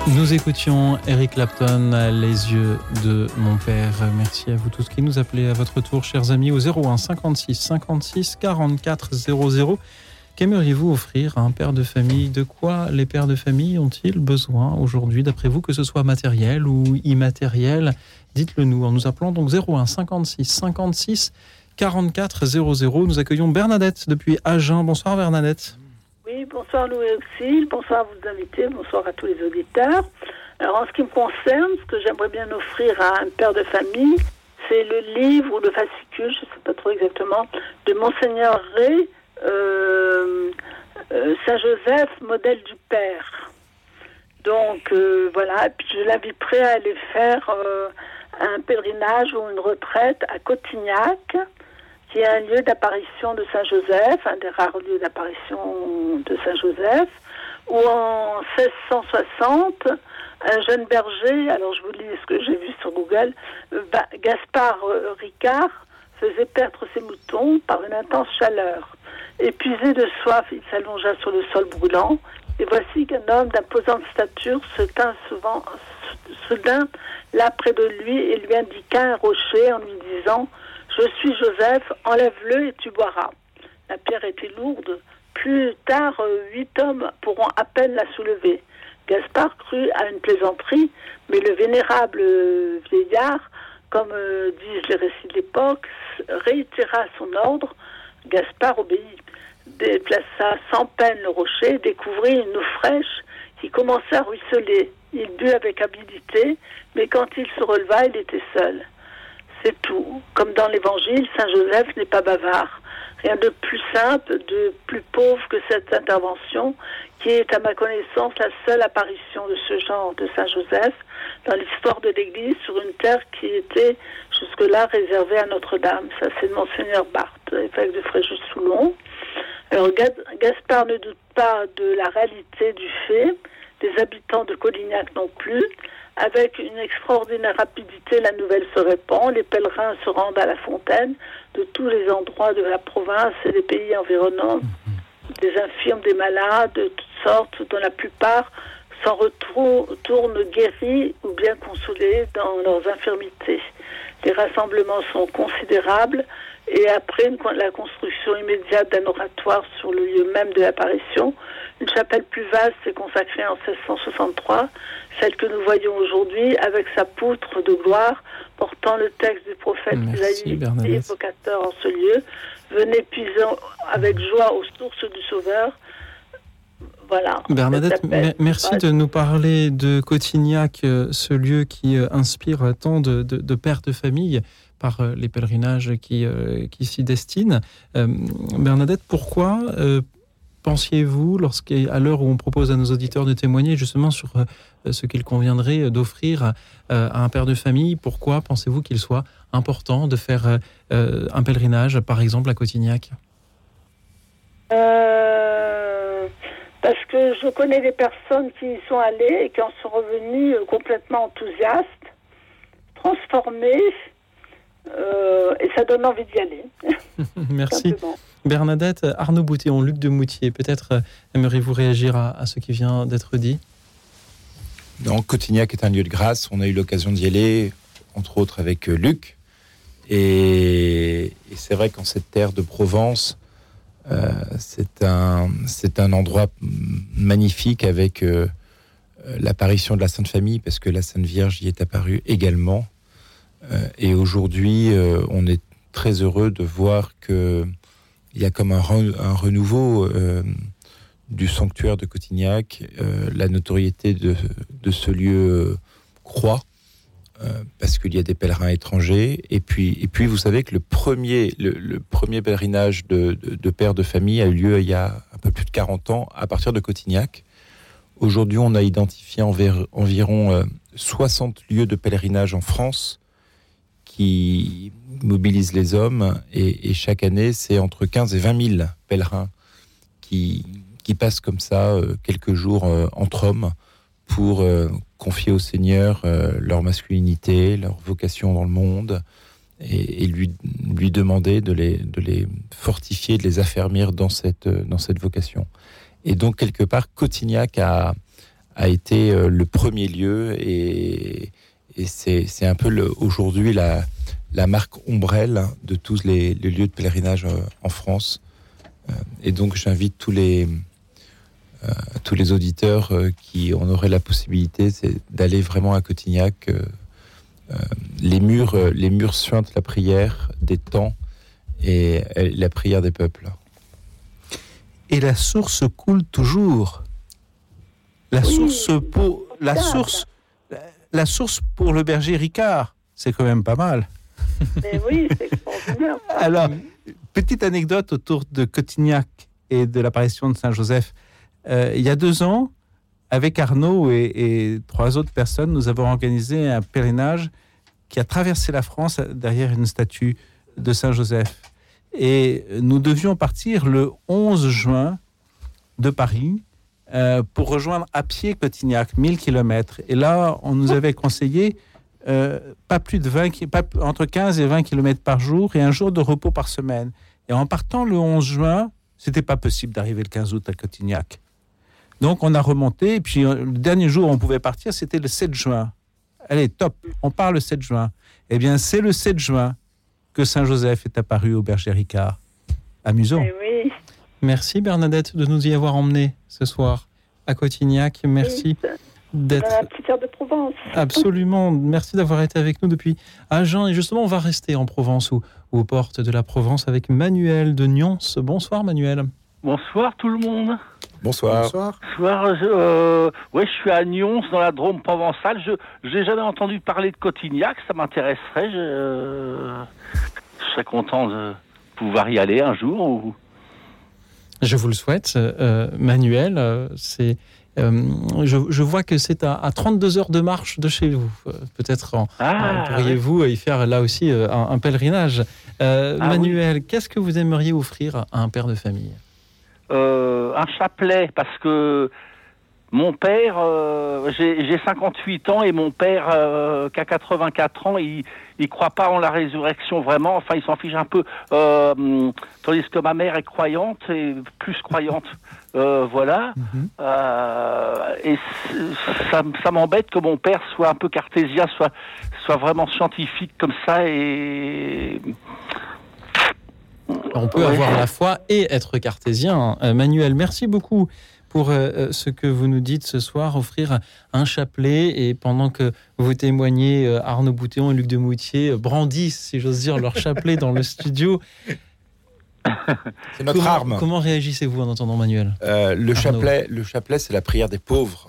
Nous écoutions Eric Clapton, Les yeux de mon père. Merci à vous tous qui nous appelez à votre tour, chers amis, au 01 56 56 44 00. Qu'aimeriez-vous offrir à un père de famille ? De quoi les pères de famille ont-ils besoin aujourd'hui, d'après vous, que ce soit matériel ou immatériel ? Dites-le nous en nous appelant donc 01 56 56 44 00. Nous accueillons Bernadette depuis Agen. Bonsoir Bernadette. Oui, bonsoir Louis Auxil, bonsoir à vos invités, bonsoir à tous les auditeurs. Alors en ce qui me concerne, ce que j'aimerais bien offrir à un père de famille, c'est le livre ou le fascicule, je ne sais pas trop exactement, de Monseigneur Ré, Saint-Joseph, modèle du Père. Donc voilà, et puis je l'inviterai à aller faire un pèlerinage ou une retraite à Cotignac, qui est un lieu d'apparition de Saint-Joseph, un des rares lieux d'apparition de Saint-Joseph, où en 1660, un jeune berger, alors je vous lis ce que j'ai vu sur Google, Gaspard Ricard, faisait perdre ses moutons par une intense chaleur. Épuisé de soif, il s'allongea sur le sol brûlant, et voici qu'un homme d'imposante stature se tint soudain là près de lui et lui indiqua un rocher en lui disant « Je suis Joseph, enlève-le et tu boiras. » La pierre était lourde. Plus tard, 8 hommes pourront à peine la soulever. Gaspard crut à une plaisanterie, mais le vénérable vieillard, comme disent les récits de l'époque, réitéra son ordre. Gaspard obéit, déplaça sans peine le rocher, découvrit une eau fraîche qui commença à ruisseler. Il but avec habileté, mais quand il se releva, il était seul. C'est tout. Comme dans l'Évangile, Saint Joseph n'est pas bavard. Rien de plus simple, de plus pauvre que cette intervention, qui est à ma connaissance la seule apparition de ce genre de Saint Joseph dans l'histoire de l'Église sur une terre qui était jusque-là réservée à Notre-Dame. Ça, c'est de Monseigneur Barthes, évêque de Fréjus-Soulon. Alors Gaspard ne doute pas de la réalité du fait, des habitants de Colignac non plus. Avec une extraordinaire rapidité, la nouvelle se répand. Les pèlerins se rendent à la fontaine de tous les endroits de la province et des pays environnants. Des infirmes, des malades, de toutes sortes, dont la plupart s'en retournent guéris ou bien consolés dans leurs infirmités. Les rassemblements sont considérables et après la construction immédiate d'un oratoire sur le lieu même de l'apparition, une chapelle plus vaste s'est consacrée en 1663, celle que nous voyons aujourd'hui avec sa poutre de gloire portant le texte du prophète Isaïe, évocateur en ce lieu. Venez puiser avec joie aux sources du Sauveur. Voilà. Bernadette, merci de nous parler de Cotignac, ce lieu qui inspire tant de pères de famille par les pèlerinages qui s'y destinent. Bernadette, pourquoi pensiez-vous, à l'heure où on propose à nos auditeurs de témoigner justement sur ce qu'il conviendrait d'offrir à un père de famille, pourquoi pensez-vous qu'il soit important de faire un pèlerinage, par exemple, à Cotignac ? Parce que je connais des personnes qui y sont allées et qui en sont revenues complètement enthousiastes, transformées, et ça donne envie d'y aller. Merci. Simplement. Bernadette, Arnaud Boutillon, Luc de Moutier, peut-être aimeriez-vous réagir à ce qui vient d'être dit ? Non, Cotignac est un lieu de grâce. On a eu l'occasion d'y aller, entre autres avec Luc. Et c'est vrai qu'en cette terre de Provence, c'est un endroit magnifique avec l'apparition de la Sainte Famille, parce que la Sainte Vierge y est apparue également. Et aujourd'hui, on est très heureux de voir qu'il y a comme un renouveau du sanctuaire de Cotignac. La notoriété de ce lieu croît, parce qu'il y a des pèlerins étrangers. Et puis vous savez que le premier pèlerinage de pères de famille a eu lieu il y a un peu plus de 40 ans à partir de Cotignac. Aujourd'hui, on a identifié environ 60 lieux de pèlerinage en France qui mobilisent les hommes, et chaque année, c'est entre 15 et 20 000 pèlerins qui passent comme ça quelques jours entre hommes pour confier au Seigneur leur masculinité, leur vocation dans le monde, et lui demander de les fortifier, de les affermir dans cette vocation. Et donc, quelque part, Cotignac a a été le premier lieu et c'est un peu aujourd'hui la marque ombrelle de tous les lieux de pèlerinage en France. Et donc j'invite tous les auditeurs qui en auraient la possibilité, c'est d'aller vraiment à Cotignac. Les murs suintent la prière des temps et la prière des peuples. Et la source coule toujours. La source pour le berger Ricard, c'est quand même pas mal. Mais oui, c'est extraordinaire. Alors, petite anecdote autour de Cotignac et de l'apparition de Saint-Joseph. Il y a 2 ans, avec Arnaud et 3 autres personnes, nous avons organisé un pèlerinage qui a traversé la France derrière une statue de Saint-Joseph. Et nous devions partir le 11 juin de Paris pour rejoindre à pied Cotignac, 1000 km. Et là, on nous avait conseillé pas plus de entre 15 et 20 km par jour et un jour de repos par semaine. Et en partant le 11 juin, c'était pas possible d'arriver le 15 août à Cotignac. Donc on a remonté, et puis le dernier jour où on pouvait partir, c'était le 7 juin. Allez, top, on part le 7 juin. Eh bien, c'est le 7 juin que Saint-Joseph est apparu au berger Ricard. Amusant. Oui. Merci Bernadette de nous y avoir emmenés ce soir à Cotignac. Merci d'être... Dans la petite heure de Provence. Absolument, merci d'avoir été avec nous depuis Agen. Et justement, on va rester en Provence ou aux portes de la Provence avec Manuel de Nyons. Bonsoir Manuel. Bonsoir tout le monde. Bonsoir. Bonsoir, je suis à Nyons, dans la Drôme provençale. Je n'ai jamais entendu parler de Cotignac, ça m'intéresserait. Je serais content de pouvoir y aller un jour. Je vous le souhaite, Manuel. Je vois que c'est à 32 heures de marche de chez vous. Peut-être pourriez-vous y faire là aussi un pèlerinage. Manuel, qu'est-ce que vous aimeriez offrir à un père de famille ? Un chapelet, parce que mon père, j'ai 58 ans et mon père qui a 84 ans, il croit pas en la résurrection vraiment, enfin il s'en fiche un peu, tandis que ma mère est croyante et plus croyante, voilà. Et ça m'embête que mon père soit un peu cartésien, soit vraiment scientifique comme ça et... On peut avoir la foi et être cartésien. Manuel, merci beaucoup pour ce que vous nous dites ce soir, offrir un chapelet. Et pendant que vous témoignez, Arnaud Boutéon et Luc Demoutier brandissent, si j'ose dire, leur chapelet dans le studio. C'est notre arme. Comment réagissez-vous en entendant Manuel ? Le chapelet, c'est la prière des pauvres.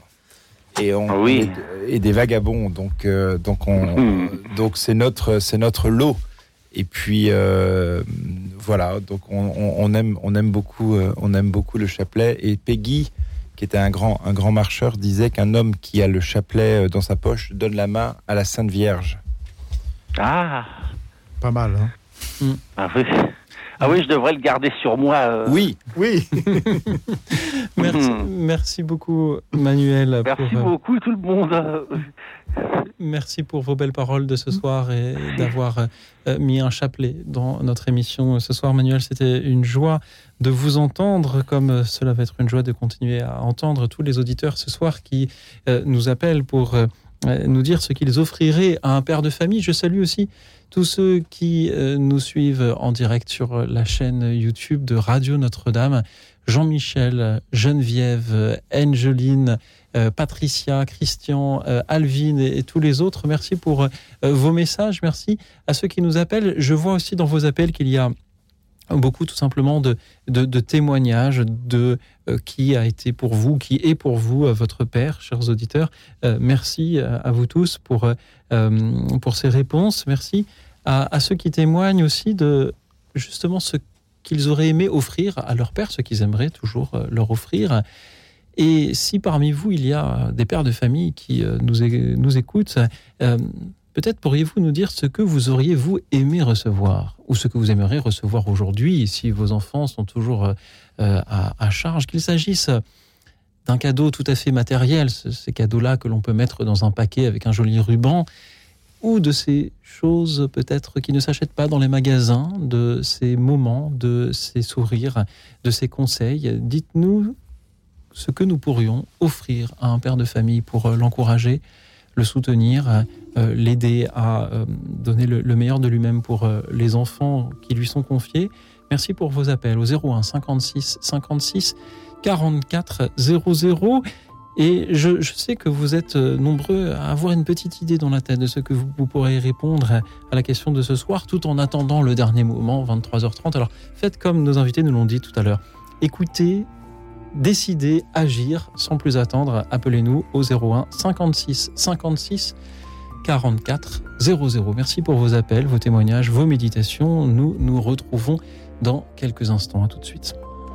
Et des vagabonds. Donc c'est notre lot. Et puis voilà, donc on aime beaucoup le chapelet. Et Peggy, qui était un grand marcheur, disait qu'un homme qui a le chapelet dans sa poche donne la main à la Sainte Vierge. Ah, pas mal, hein. Ah oui, je devrais le garder sur moi. Oui. Merci beaucoup, Manuel. Merci beaucoup tout le monde. Merci pour vos belles paroles de ce soir et d'avoir mis un chapelet dans notre émission ce soir. Manuel, c'était une joie de vous entendre, comme cela va être une joie de continuer à entendre tous les auditeurs ce soir qui nous appellent pour nous dire ce qu'ils offriraient à un père de famille. Je salue aussi tous ceux qui nous suivent en direct sur la chaîne YouTube de Radio Notre-Dame. Jean-Michel, Geneviève, Angeline, Patricia, Christian, Alvin et tous les autres. Merci pour vos messages. Merci à ceux qui nous appellent. Je vois aussi dans vos appels qu'il y a beaucoup tout simplement de témoignages de qui a été pour vous, qui est pour vous votre père, chers auditeurs. Merci à vous tous pour ces réponses. Merci à ceux qui témoignent aussi de justement ce qu'ils auraient aimé offrir à leur père, ce qu'ils aimeraient toujours leur offrir. Et si parmi vous, il y a des pères de famille qui nous écoutent, peut-être pourriez-vous nous dire ce que vous auriez, vous, aimé recevoir, ou ce que vous aimeriez recevoir aujourd'hui, si vos enfants sont toujours à charge, qu'il s'agisse d'un cadeau tout à fait matériel, ces cadeaux-là que l'on peut mettre dans un paquet avec un joli ruban, ou de ces choses peut-être qui ne s'achètent pas dans les magasins, de ces moments, de ces sourires, de ces conseils. Dites-nous ce que nous pourrions offrir à un père de famille pour l'encourager, le soutenir, l'aider à donner le meilleur de lui-même pour les enfants qui lui sont confiés. Merci pour vos appels au 01 56 56 44 00. Et je sais que vous êtes nombreux à avoir une petite idée dans la tête de ce que vous pourrez répondre à la question de ce soir, tout en attendant le dernier moment, 23h30. Alors faites comme nos invités nous l'ont dit tout à l'heure. Écoutez, décidez, agir sans plus attendre. Appelez-nous au 01 56 56 44 00. Merci pour vos appels, vos témoignages, vos méditations. Nous nous retrouvons dans quelques instants. À tout de suite.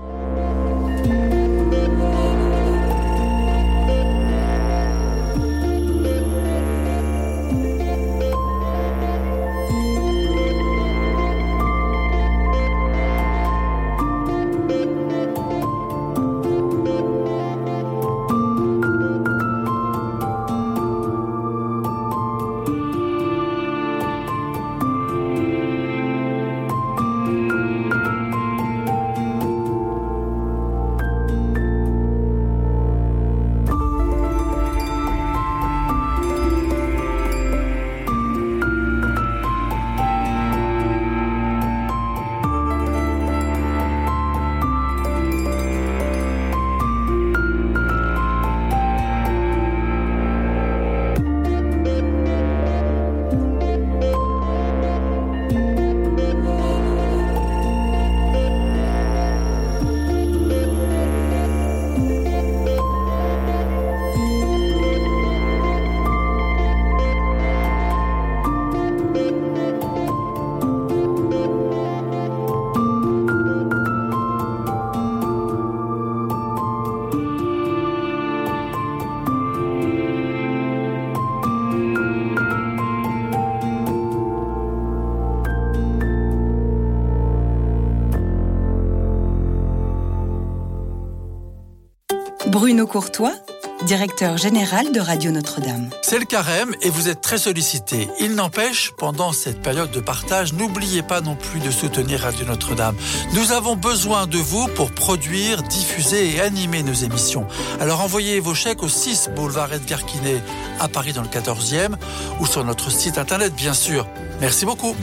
Bruno Courtois, directeur général de Radio Notre-Dame. C'est le carême et vous êtes très sollicité. Il n'empêche, pendant cette période de partage, n'oubliez pas non plus de soutenir Radio Notre-Dame. Nous avons besoin de vous pour produire, diffuser et animer nos émissions. Alors envoyez vos chèques au 6 boulevard Edgar Quinet à Paris dans le 14e ou sur notre site internet bien sûr. Merci beaucoup.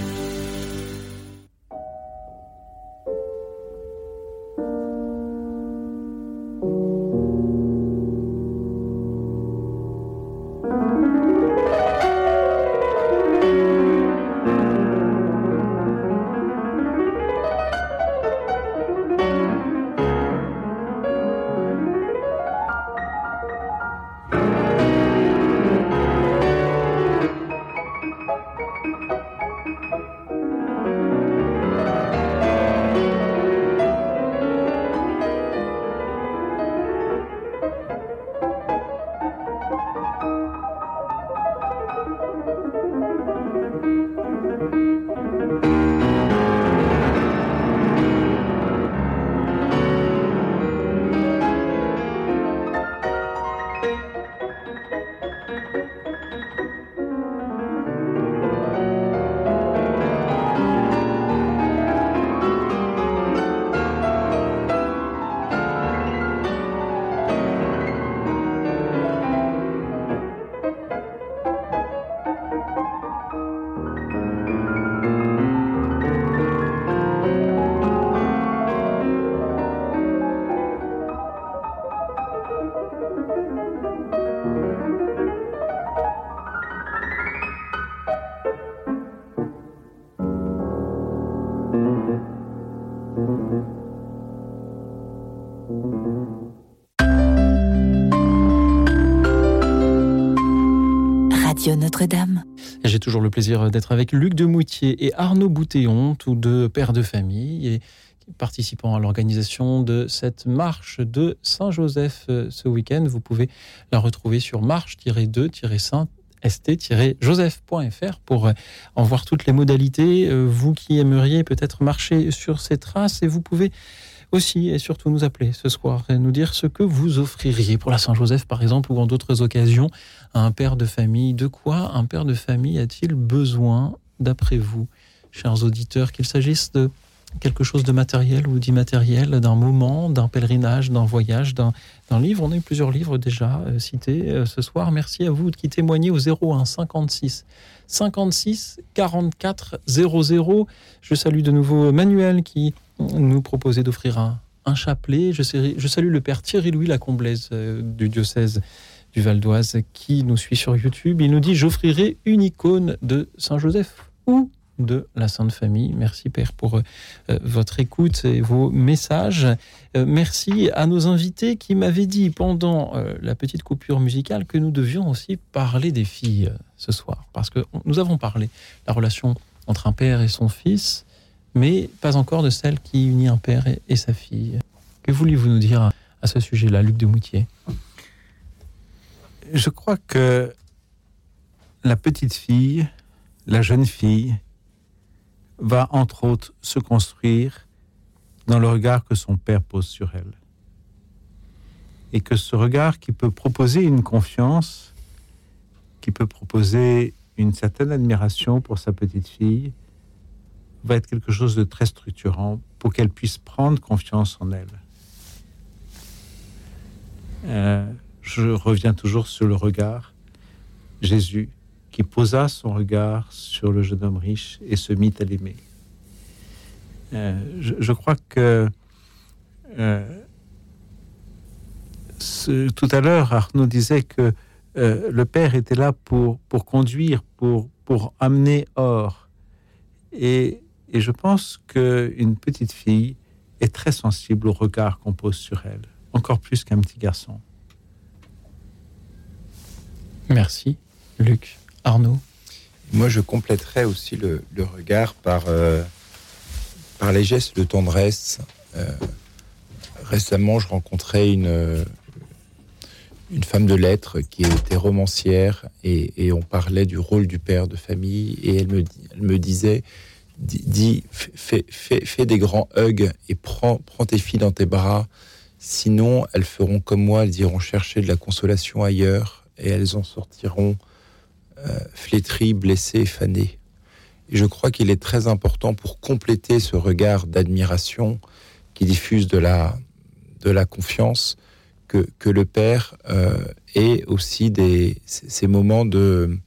Radio Notre-Dame. J'ai toujours le plaisir d'être avec Luc Demoutier et Arnaud Boutéon, tous deux pères de famille et participant à l'organisation de cette marche de Saint-Joseph ce week-end. Vous pouvez la retrouver sur marche-2-saint-st-joseph.fr pour en voir toutes les modalités. Vous qui aimeriez peut-être marcher sur ces traces, et vous pouvez aussi et surtout nous appeler ce soir et nous dire ce que vous offririez pour la Saint-Joseph par exemple ou en d'autres occasions à un père de famille. De quoi un père de famille a-t-il besoin d'après vous, chers auditeurs, qu'il s'agisse de quelque chose de matériel ou d'immatériel, d'un moment, d'un pèlerinage, d'un voyage, d'un livre. On a eu plusieurs livres déjà cités ce soir. Merci à vous qui témoignez au 01 56 56 44 00. Je salue de nouveau Manuel qui nous proposait d'offrir un chapelet. Je salue le père Thierry-Louis Lacomblaise du diocèse du Val d'Oise qui nous suit sur YouTube. Il nous dit « J'offrirai une icône de Saint-Joseph ou de la Sainte Famille ». Merci Père pour votre écoute et vos messages. Merci à nos invités qui m'avaient dit pendant la petite coupure musicale que nous devions aussi parler des filles ce soir. Parce que nous avons parlé de la relation entre un père et son fils, mais pas encore de celle qui unit un père et sa fille. Que vouliez-vous nous dire à ce sujet-là, Luc de Moutier ? Je crois que la petite fille, la jeune fille, va entre autres se construire dans le regard que son père pose sur elle. Et que ce regard qui peut proposer une confiance, qui peut proposer une certaine admiration pour sa petite fille, va être quelque chose de très structurant pour qu'elle puisse prendre confiance en elle. Je reviens toujours sur le regard. Jésus, qui posa son regard sur le jeune homme riche et se mit à l'aimer. Je crois que tout à l'heure, Arnaud disait que le père était là pour conduire, pour amener hors. Et je pense qu'une petite fille est très sensible au regard qu'on pose sur elle, encore plus qu'un petit garçon. Merci, Luc. Arnaud ? Moi, je compléterais aussi le regard par les gestes de tendresse. Récemment, je rencontrais une femme de lettres qui était romancière et on parlait du rôle du père de famille et elle me disait fais des grands hugs et prends tes filles dans tes bras, sinon elles feront comme moi, elles iront chercher de la consolation ailleurs et elles en sortiront flétries, blessées, fanées. Et je crois qu'il est très important pour compléter ce regard d'admiration qui diffuse de la confiance que le père ait aussi ces moments de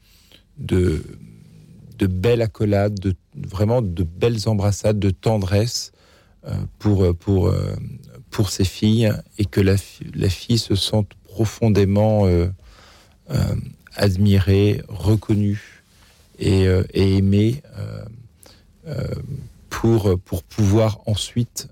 belles accolades, vraiment de belles embrassades, de tendresse pour ses filles et que la fille se sente profondément admirée, reconnue et aimée pour pouvoir ensuite,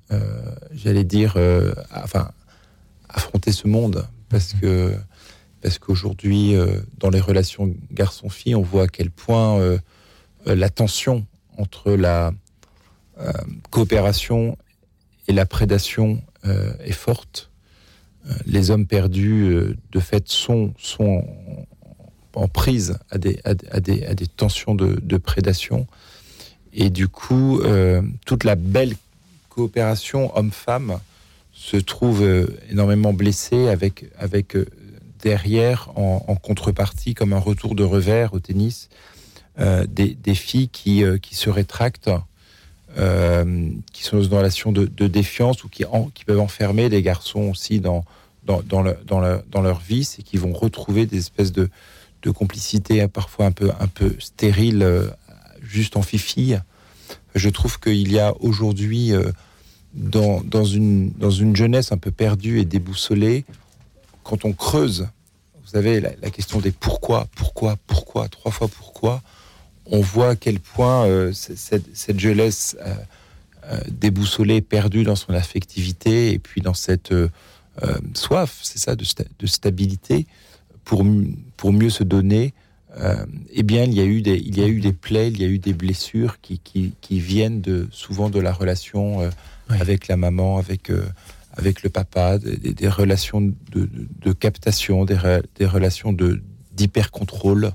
affronter ce monde. Parce qu'aujourd'hui, dans les relations garçon-fille, on voit à quel point la tension entre la coopération et la prédation est forte. Les hommes perdus, de fait, sont en prise à des tensions de prédation. Et du coup, toute la belle coopération homme-femme se trouve énormément blessée avec derrière, en contrepartie, comme un retour de revers au tennis, des filles qui se rétractent, qui sont dans une relation de défiance ou qui peuvent enfermer les garçons aussi dans leur vice et qui vont retrouver des espèces de complicité parfois un peu stérile, juste en fifille. Je trouve qu'il y a aujourd'hui, dans une jeunesse un peu perdue et déboussolée, quand on creuse, vous savez, la question des pourquoi, 3 fois pourquoi, on voit à quel point cette jeunesse déboussolée, perdue dans son affectivité, et puis dans cette soif, c'est ça, de stabilité, pour mieux se donner, eh bien, il y a eu des plaies, il y a eu des blessures qui viennent souvent de la relation avec la maman, avec le papa, des relations de captation, des relations d'hyper-contrôle.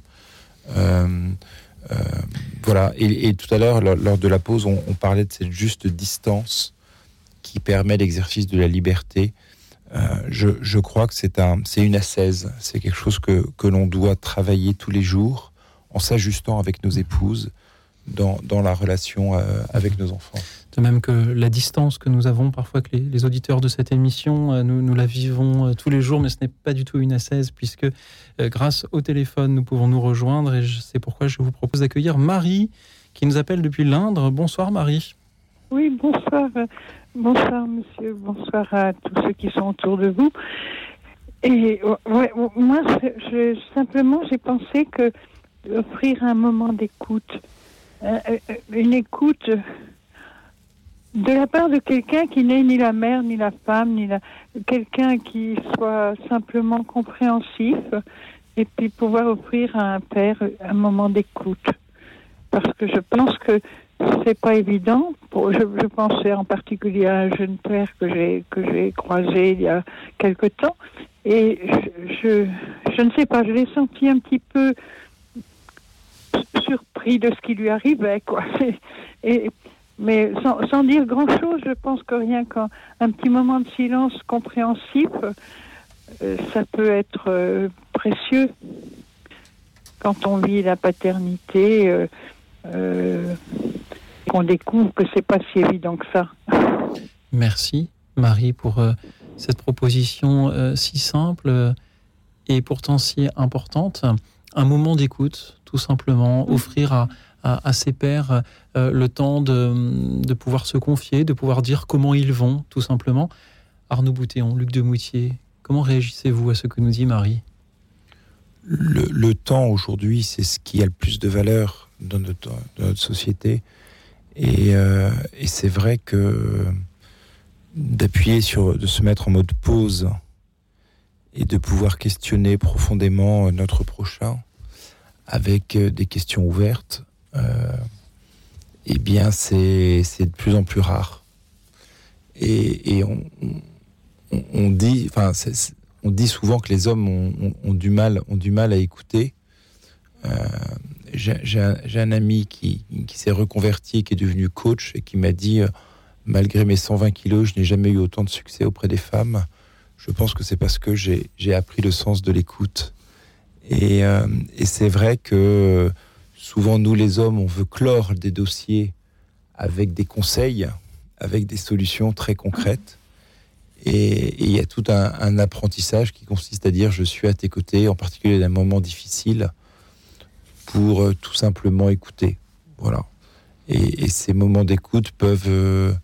Voilà. Et tout à l'heure, lors de la pause, on parlait de cette juste distance qui permet l'exercice de la liberté. Je crois que c'est une ascèse, c'est quelque chose que l'on doit travailler tous les jours en s'ajustant avec nos épouses dans la relation avec nos enfants. De même que la distance que nous avons parfois, que les auditeurs de cette émission, nous la vivons tous les jours, mais ce n'est pas du tout une ascèse, puisque grâce au téléphone, nous pouvons nous rejoindre, et c'est pourquoi je vous propose d'accueillir Marie, qui nous appelle depuis l'Indre. Bonsoir Marie. Oui, bonsoir. Bonsoir monsieur, bonsoir à tous ceux qui sont autour de vous. Et moi, simplement, j'ai pensé que offrir un moment d'écoute, une écoute de la part de quelqu'un qui n'est ni la mère, ni la femme, quelqu'un qui soit simplement compréhensif, et puis pouvoir offrir à un père un moment d'écoute. Parce que je pense que c'est pas évident. Je pensais en particulier à un jeune père que j'ai croisé il y a quelque temps, et je ne sais pas, je l'ai senti un petit peu surpris de ce qui lui arrivait, quoi. Mais sans dire grand-chose, je pense que rien qu'un petit moment de silence compréhensif, ça peut être précieux quand on vit la paternité, qu'on découvre que c'est pas si évident que ça. Merci Marie pour cette proposition si simple et pourtant si importante. Un moment d'écoute, tout simplement, offrir à ses pairs le temps de pouvoir se confier, de pouvoir dire comment ils vont, tout simplement. Arnaud Boutéon, Luc Demoutier, comment réagissez-vous à ce que nous dit Marie ? Le temps aujourd'hui, c'est ce qui a le plus de valeur dans notre société. Et c'est vrai que de se mettre en mode pause et de pouvoir questionner profondément notre prochain avec des questions ouvertes, eh bien c'est de plus en plus rare. Et on dit souvent que les hommes ont du mal à écouter. J'ai un ami qui s'est reconverti, qui est devenu coach et qui m'a dit malgré mes 120 kilos, je n'ai jamais eu autant de succès auprès des femmes. Je pense que c'est parce que j'ai appris le sens de l'écoute. Et c'est vrai que souvent, nous les hommes, on veut clore des dossiers avec des conseils, avec des solutions très concrètes. Et il y a tout un apprentissage qui consiste à dire je suis à tes côtés, en particulier dans un moment difficile, pour tout simplement écouter. Voilà. Et ces moments d'écoute peuvent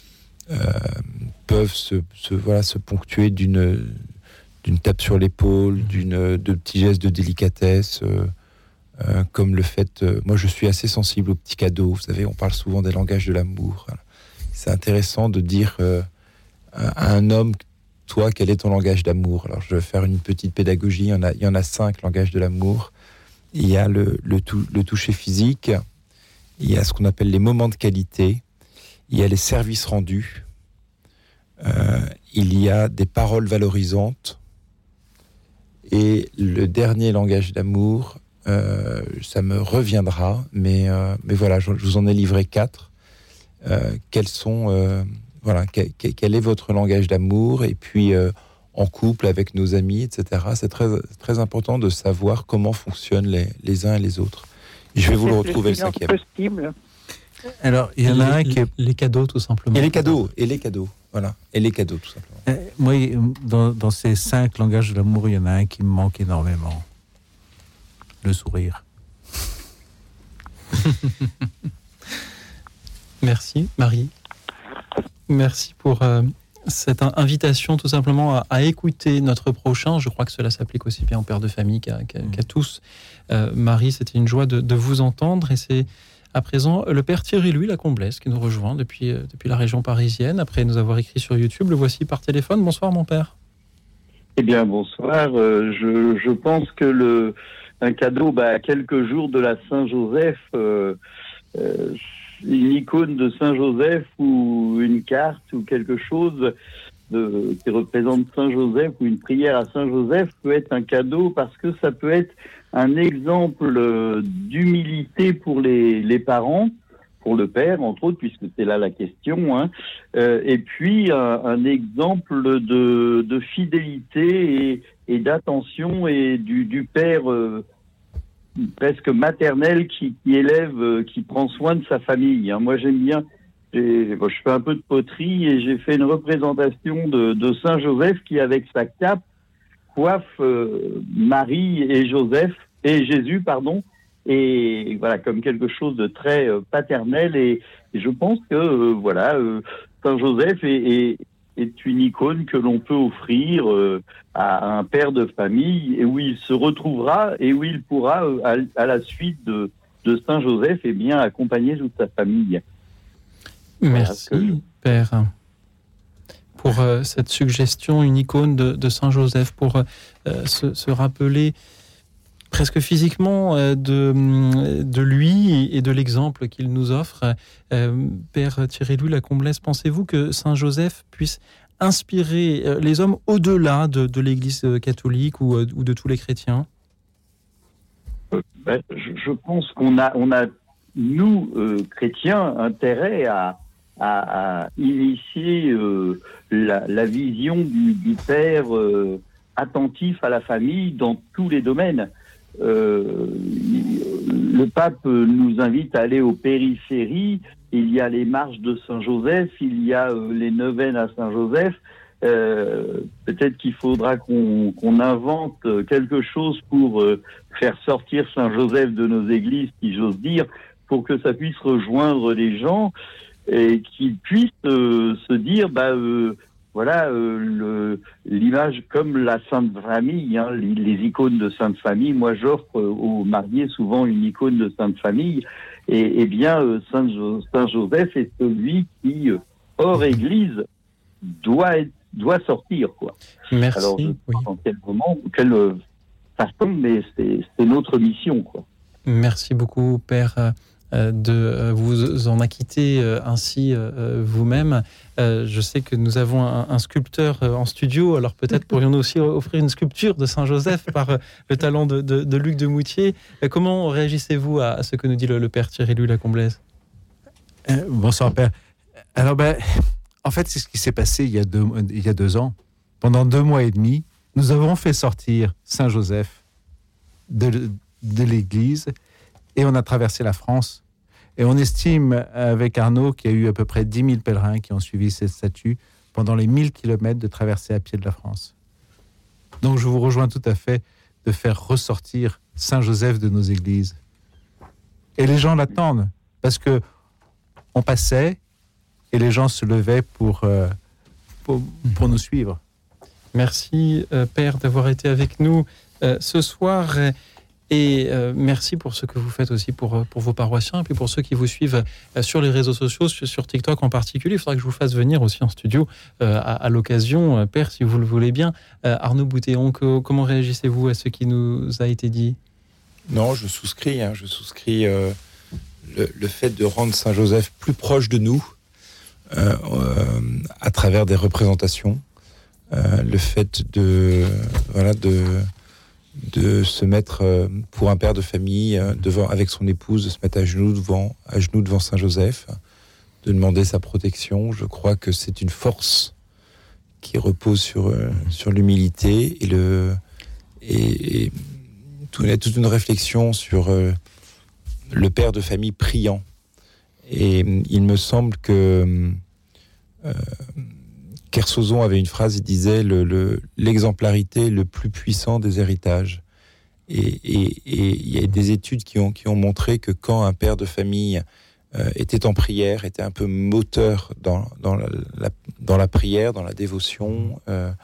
se ponctuer d'une tape sur l'épaule, de petits gestes de délicatesse, comme le fait... moi, je suis assez sensible aux petits cadeaux. Vous savez, on parle souvent des langages de l'amour. C'est intéressant de dire à un homme, toi, quel est ton langage d'amour ? Alors, je vais faire une petite pédagogie. Il y en a 5 langages de l'amour. Il y a le toucher physique. Il y a ce qu'on appelle les moments de qualité. Il y a les services rendus. Il y a des paroles valorisantes. Et le dernier langage d'amour, ça me reviendra, mais voilà, je vous en ai livré 4. Quel est votre langage d'amour ? Et puis, en couple, avec nos amis, etc. C'est très, très important de savoir comment fonctionnent les uns et les autres. Et je vais vous le retrouver, le 5e. Possible. Alors, il y en a un qui est... Les cadeaux, tout simplement. Et les cadeaux. Voilà. Et les cadeaux, tout simplement. Moi, dans ces 5 langages de l'amour, il y en a un qui me manque énormément. Le sourire. Merci, Marie. Merci pour cette invitation, tout simplement, à écouter notre prochain. Je crois que cela s'applique aussi bien aux pères de famille qu'à tous. Marie, c'était une joie de vous entendre. Et c'est à présent le père Thierry Louis Lacomblesse qui nous rejoint depuis la région parisienne. Après nous avoir écrit sur YouTube, le voici par téléphone. Bonsoir, mon père. Eh bien, bonsoir. Je pense que un cadeau, à quelques jours de la Saint-Joseph, une icône de Saint-Joseph ou une carte ou quelque chose qui représente Saint-Joseph ou une prière à Saint-Joseph peut être un cadeau parce que ça peut être un exemple d'humilité pour les parents, pour le père, entre autres, puisque c'est là la question, et puis un exemple de fidélité et d'attention et du père presque maternel qui élève, qui prend soin de sa famille. Hein. Moi, j'aime bien. Je fais un peu de poterie et j'ai fait une représentation de Saint Joseph qui, avec sa cape, coiffe Marie et Jésus, et voilà, comme quelque chose de très paternel. Et je pense que Saint Joseph est une icône que l'on peut offrir à un père de famille, et où il se retrouvera et où il pourra, à la suite de Saint Joseph, bien accompagner toute sa famille. Merci, Père, pour cette suggestion, une icône de Saint Joseph, pour se rappeler presque physiquement de lui et de l'exemple qu'il nous offre. Père Thierry-Louis Lacomblesse, pensez-vous que Saint Joseph puisse inspirer les hommes au-delà de l'Église catholique ou de tous les chrétiens ? Je pense qu'on a nous, chrétiens, intérêt à initier la vision du Père attentif à la famille dans tous les domaines. Le pape nous invite à aller aux périphéries. Il y a les marches de Saint-Joseph, il y a les neuvaines à Saint-Joseph. Peut-être qu'il faudra qu'on invente quelque chose pour faire sortir Saint-Joseph de nos églises, si j'ose dire, pour que ça puisse rejoindre les gens et qu'ils puissent se dire, l'image comme la Sainte Famille, hein, les icônes de Sainte Famille. Moi, j'offre aux mariés souvent une icône de Sainte Famille. Et Saint Joseph est celui qui, hors Église, doit sortir, quoi. Merci. Alors, je sais pas en quel moment, quelle façon, mais c'est notre mission, quoi. Merci beaucoup, Père, de vous en acquitter ainsi vous-même. Je sais que nous avons un sculpteur en studio, alors peut-être pourrions-nous aussi offrir une sculpture de Saint Joseph par le talent de Luc de Moutier. Comment réagissez-vous à ce que nous dit le Père Thierry-Louis Lacomblesse ? Bonsoir, Père. Alors, en fait, c'est ce qui s'est passé il y a 2 ans. Pendant 2 mois et demi, nous avons fait sortir Saint Joseph de l'Église et on a traversé la France. Et on estime, avec Arnaud, qu'il y a eu à peu près 10 000 pèlerins qui ont suivi cette statue pendant les 1000 kilomètres de traversée à pied de la France. Donc je vous rejoins tout à fait de faire ressortir Saint Joseph de nos églises. Et les gens l'attendent, parce que on passait et les gens se levaient pour nous suivre. Merci, Père, d'avoir été avec nous ce soir. Et merci pour ce que vous faites aussi pour vos paroissiens et puis pour ceux qui vous suivent sur les réseaux sociaux, sur TikTok en particulier. Il faudra que je vous fasse venir aussi en studio à l'occasion, Père, si vous le voulez bien. Arnaud Boutéon, comment réagissez-vous à ce qui nous a été dit ? Non, je souscris. Je souscris le fait de rendre Saint Joseph plus proche de nous à travers des représentations. Le fait de se mettre pour un père de famille avec son épouse, de se mettre à genoux devant Saint Joseph, de demander sa protection. Je crois que c'est une force qui repose sur l'humilité et toute une réflexion sur le père de famille priant. Et il me semble que Kersozon avait une phrase, il disait l'exemplarité le plus puissant des héritages. Et il y a des études qui ont montré que quand un père de famille était en prière, était un peu moteur dans la prière, dans la dévotion,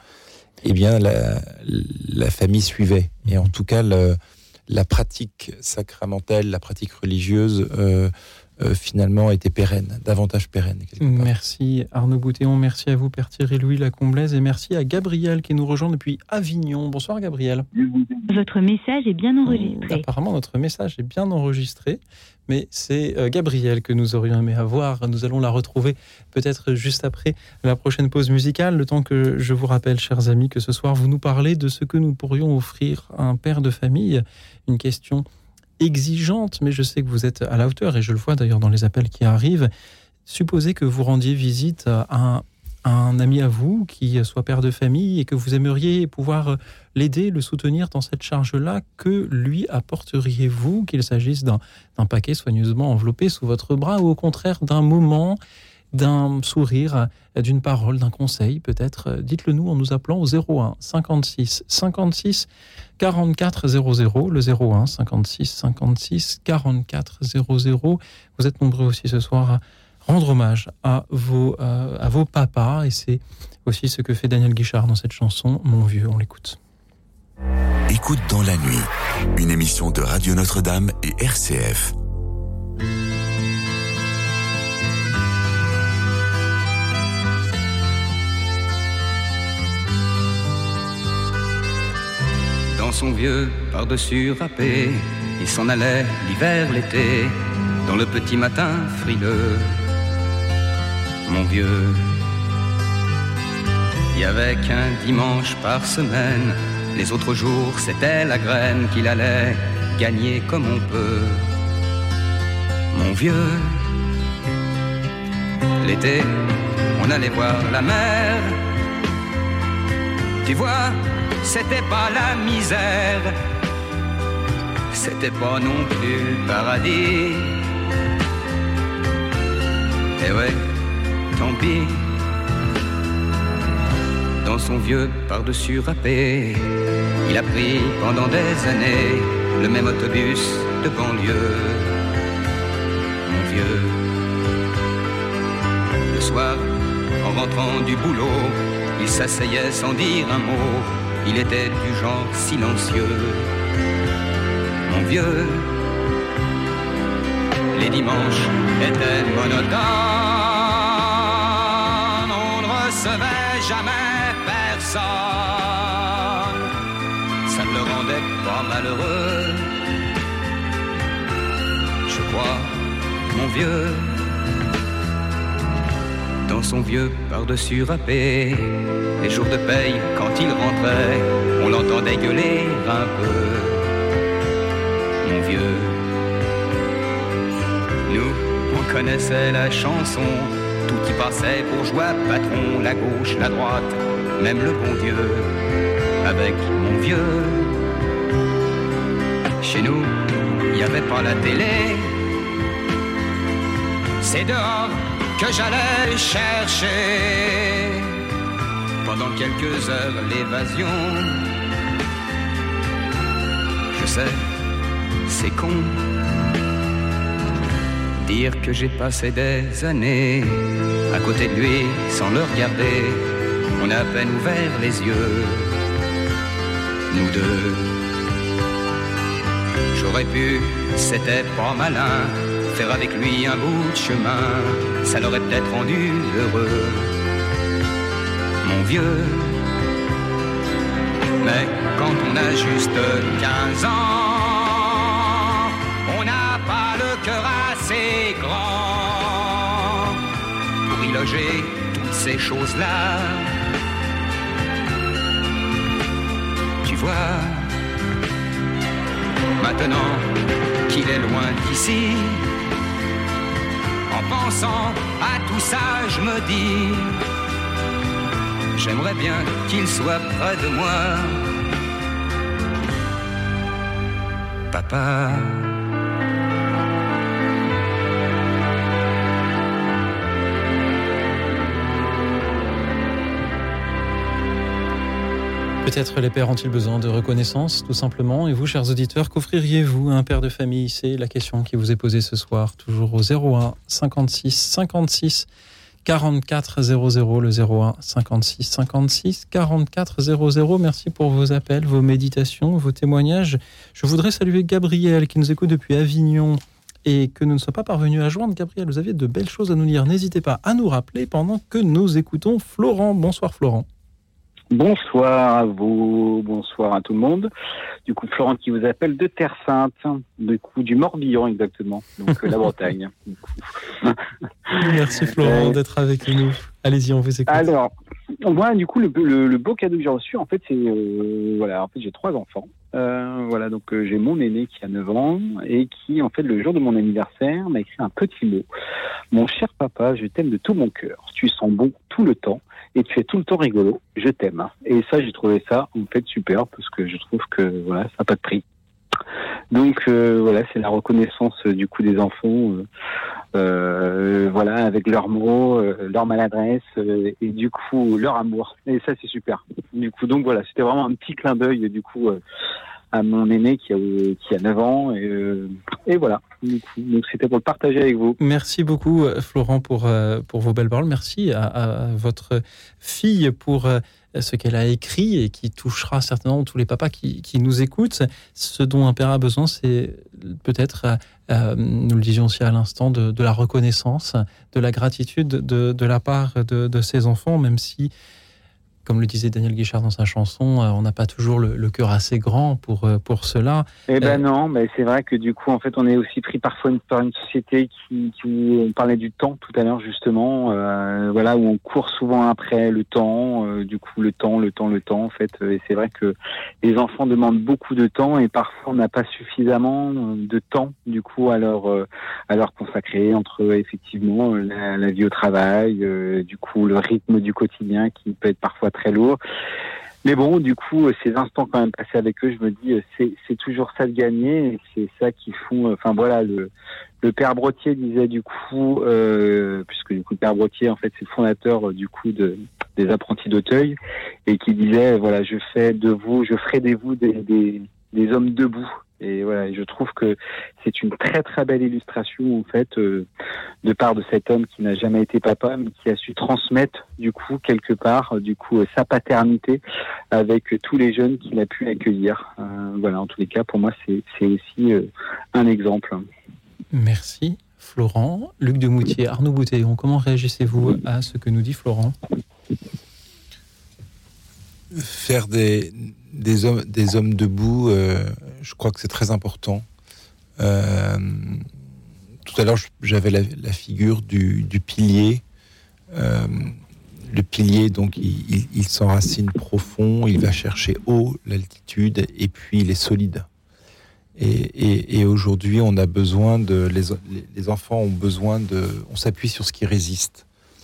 la famille suivait. Et en tout cas, la pratique sacramentelle, la pratique religieuse finalement était pérenne, davantage pérenne. Merci Arnaud Boutéon, merci à vous Père Thierry-Louis Lacomblesse et merci à Gabriel qui nous rejoint depuis Avignon. Bonsoir Gabriel. Votre message est bien enregistré. Apparemment notre message est bien enregistré, mais c'est Gabriel que nous aurions aimé avoir. Nous allons la retrouver peut-être juste après la prochaine pause musicale, le temps que je vous rappelle, chers amis, que ce soir vous nous parlez de ce que nous pourrions offrir à un père de famille. Une question exigeante, mais je sais que vous êtes à la hauteur, et je le vois d'ailleurs dans les appels qui arrivent. Supposez que vous rendiez visite à un ami à vous qui soit père de famille et que vous aimeriez pouvoir l'aider, le soutenir dans cette charge-là, que lui apporteriez-vous, qu'il s'agisse d'un paquet soigneusement enveloppé sous votre bras ou au contraire d'un moment, d'un sourire, d'une parole, d'un conseil peut-être? Dites-le nous en nous appelant au 01 56 56 44 00, le 01 56 56 44 00. Vous êtes nombreux aussi ce soir à rendre hommage à vos papas, et c'est aussi ce que fait Daniel Guichard dans cette chanson, Mon vieux. On l'écoute. Écoute dans la nuit, une émission de Radio Notre-Dame et RCF. Dans son vieux par-dessus râpé, il s'en allait l'hiver, l'été, dans le petit matin frileux. Mon vieux, il y avait qu'un dimanche par semaine, les autres jours c'était la graine qu'il allait gagner comme on peut. Mon vieux, l'été, on allait voir la mer. Tu vois, c'était pas la misère, c'était pas non plus le paradis. Eh ouais, tant pis. Dans son vieux par-dessus râpé, il a pris pendant des années le même autobus de banlieue. Mon vieux, le soir, en rentrant du boulot, il s'asseyait sans dire un mot. Il était du genre silencieux. Mon vieux, les dimanches étaient monotones. On ne recevait jamais personne. Ça ne le rendait pas malheureux. Je crois, mon vieux, dans son vieux par-dessus râpé, les jours de paye, quand il rentrait, on l'entendait gueuler un peu. Mon vieux, nous, on connaissait la chanson, tout y passait, bourgeois, patron, la gauche, la droite, même le bon Dieu. Avec mon vieux, chez nous, il n'y avait pas la télé. C'est dehors que j'allais chercher pendant quelques heures l'évasion. Je sais, c'est con, dire que j'ai passé des années à côté de lui sans le regarder. On a à peine ouvert les yeux, nous deux. J'aurais pu, c'était pas malin, faire avec lui un bout de chemin, ça l'aurait peut-être rendu heureux. Mon vieux, mais quand on a juste 15 ans, on n'a pas le cœur assez grand pour y loger toutes ces choses-là. Tu vois, maintenant qu'il est loin d'ici, en pensant à tout ça, je me dis, j'aimerais bien qu'il soit près de moi. Papa. Peut-être les pères ont-ils besoin de reconnaissance, tout simplement. Et vous, chers auditeurs, qu'offririez-vous à un père de famille? C'est la question qui vous est posée ce soir, toujours au 01 56 56 44 00, le 01 56 56 44 00. Merci pour vos appels, vos méditations, vos témoignages. Je voudrais saluer Gabriel qui nous écoute depuis Avignon et que nous ne sommes pas parvenus à joindre. Gabriel, vous aviez de belles choses à nous dire. N'hésitez pas à nous rappeler pendant que nous écoutons Florent. Bonsoir Florent. Bonsoir à vous, bonsoir à tout le monde. Du coup, Florent qui vous appelle de Terre Sainte. du Morbihan exactement, donc la Bretagne. Merci Florent d'être avec nous. Allez-y, on vous écoute. Alors, moi, du coup, le beau cadeau que j'ai reçu, en fait, c'est en fait, j'ai 3 enfants. Donc j'ai mon aîné qui a 9 ans et qui, en fait, le jour de mon anniversaire, m'a écrit un petit mot. Mon cher papa, je t'aime de tout mon cœur. Tu sens bon tout le temps et tu es tout le temps rigolo. Je t'aime. Et ça, j'ai trouvé ça en fait super parce que je trouve que voilà, ça n'a pas de prix. Donc c'est la reconnaissance du coup des enfants, avec leurs mots, leur maladresse et du coup leur amour. Et ça c'est super. Du coup donc voilà, c'était vraiment un petit clin d'œil du coup à mon aîné qui a 9 ans et voilà. Donc c'était pour le partager avec vous. Merci beaucoup Florent pour vos belles paroles. Merci à votre fille pour ce qu'elle a écrit et qui touchera certainement tous les papas qui nous écoutent. Ce dont un père a besoin, c'est peut-être, nous le disions aussi à l'instant, de la reconnaissance, de la gratitude de la part de ses enfants, même si, comme le disait Daniel Guichard dans sa chanson, on n'a pas toujours le cœur assez grand pour cela. Non, mais c'est vrai que du coup, en fait, on est aussi pris parfois par une société qui on parlait du temps tout à l'heure justement, où on court souvent après le temps, le temps, en fait. Et c'est vrai que les enfants demandent beaucoup de temps et parfois on n'a pas suffisamment de temps du coup à leur consacrer entre effectivement la vie au travail, du coup le rythme du quotidien qui peut être parfois très lourd. Mais bon, du coup, ces instants quand même passés avec eux, je me dis, c'est toujours ça de gagner, et c'est ça qui font. Le père Brottier disait du coup, puisque du coup le père Brottier en fait c'est le fondateur du coup des apprentis d'Auteuil, et qui disait je ferai de vous des hommes debout. Et voilà, je trouve que c'est une très très belle illustration en fait de part de cet homme qui n'a jamais été papa, mais qui a su transmettre du coup quelque part sa paternité avec tous les jeunes qu'il a pu accueillir. En tous les cas, pour moi, c'est aussi un exemple. Merci Florent. Luc de Moutier, Arnaud Bouteillon, comment réagissez-vous à ce que nous dit Florent ? Faire des hommes debout, je crois que c'est très important. Tout à l'heure, j'avais la figure du pilier. Le pilier, donc, il s'enracine profond, il va chercher haut l'altitude, et puis il est solide. Et aujourd'hui, on a besoin les enfants ont besoin on s'appuie sur ce qui résiste.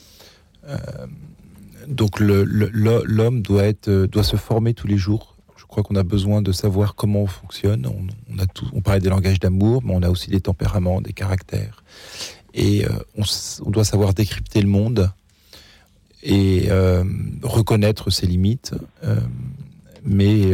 Donc l'homme doit se former tous les jours. Je crois qu'on a besoin de savoir comment on fonctionne. On parlait des langages d'amour, mais on a aussi des tempéraments, des caractères. Et on doit savoir décrypter le monde et reconnaître ses limites, mais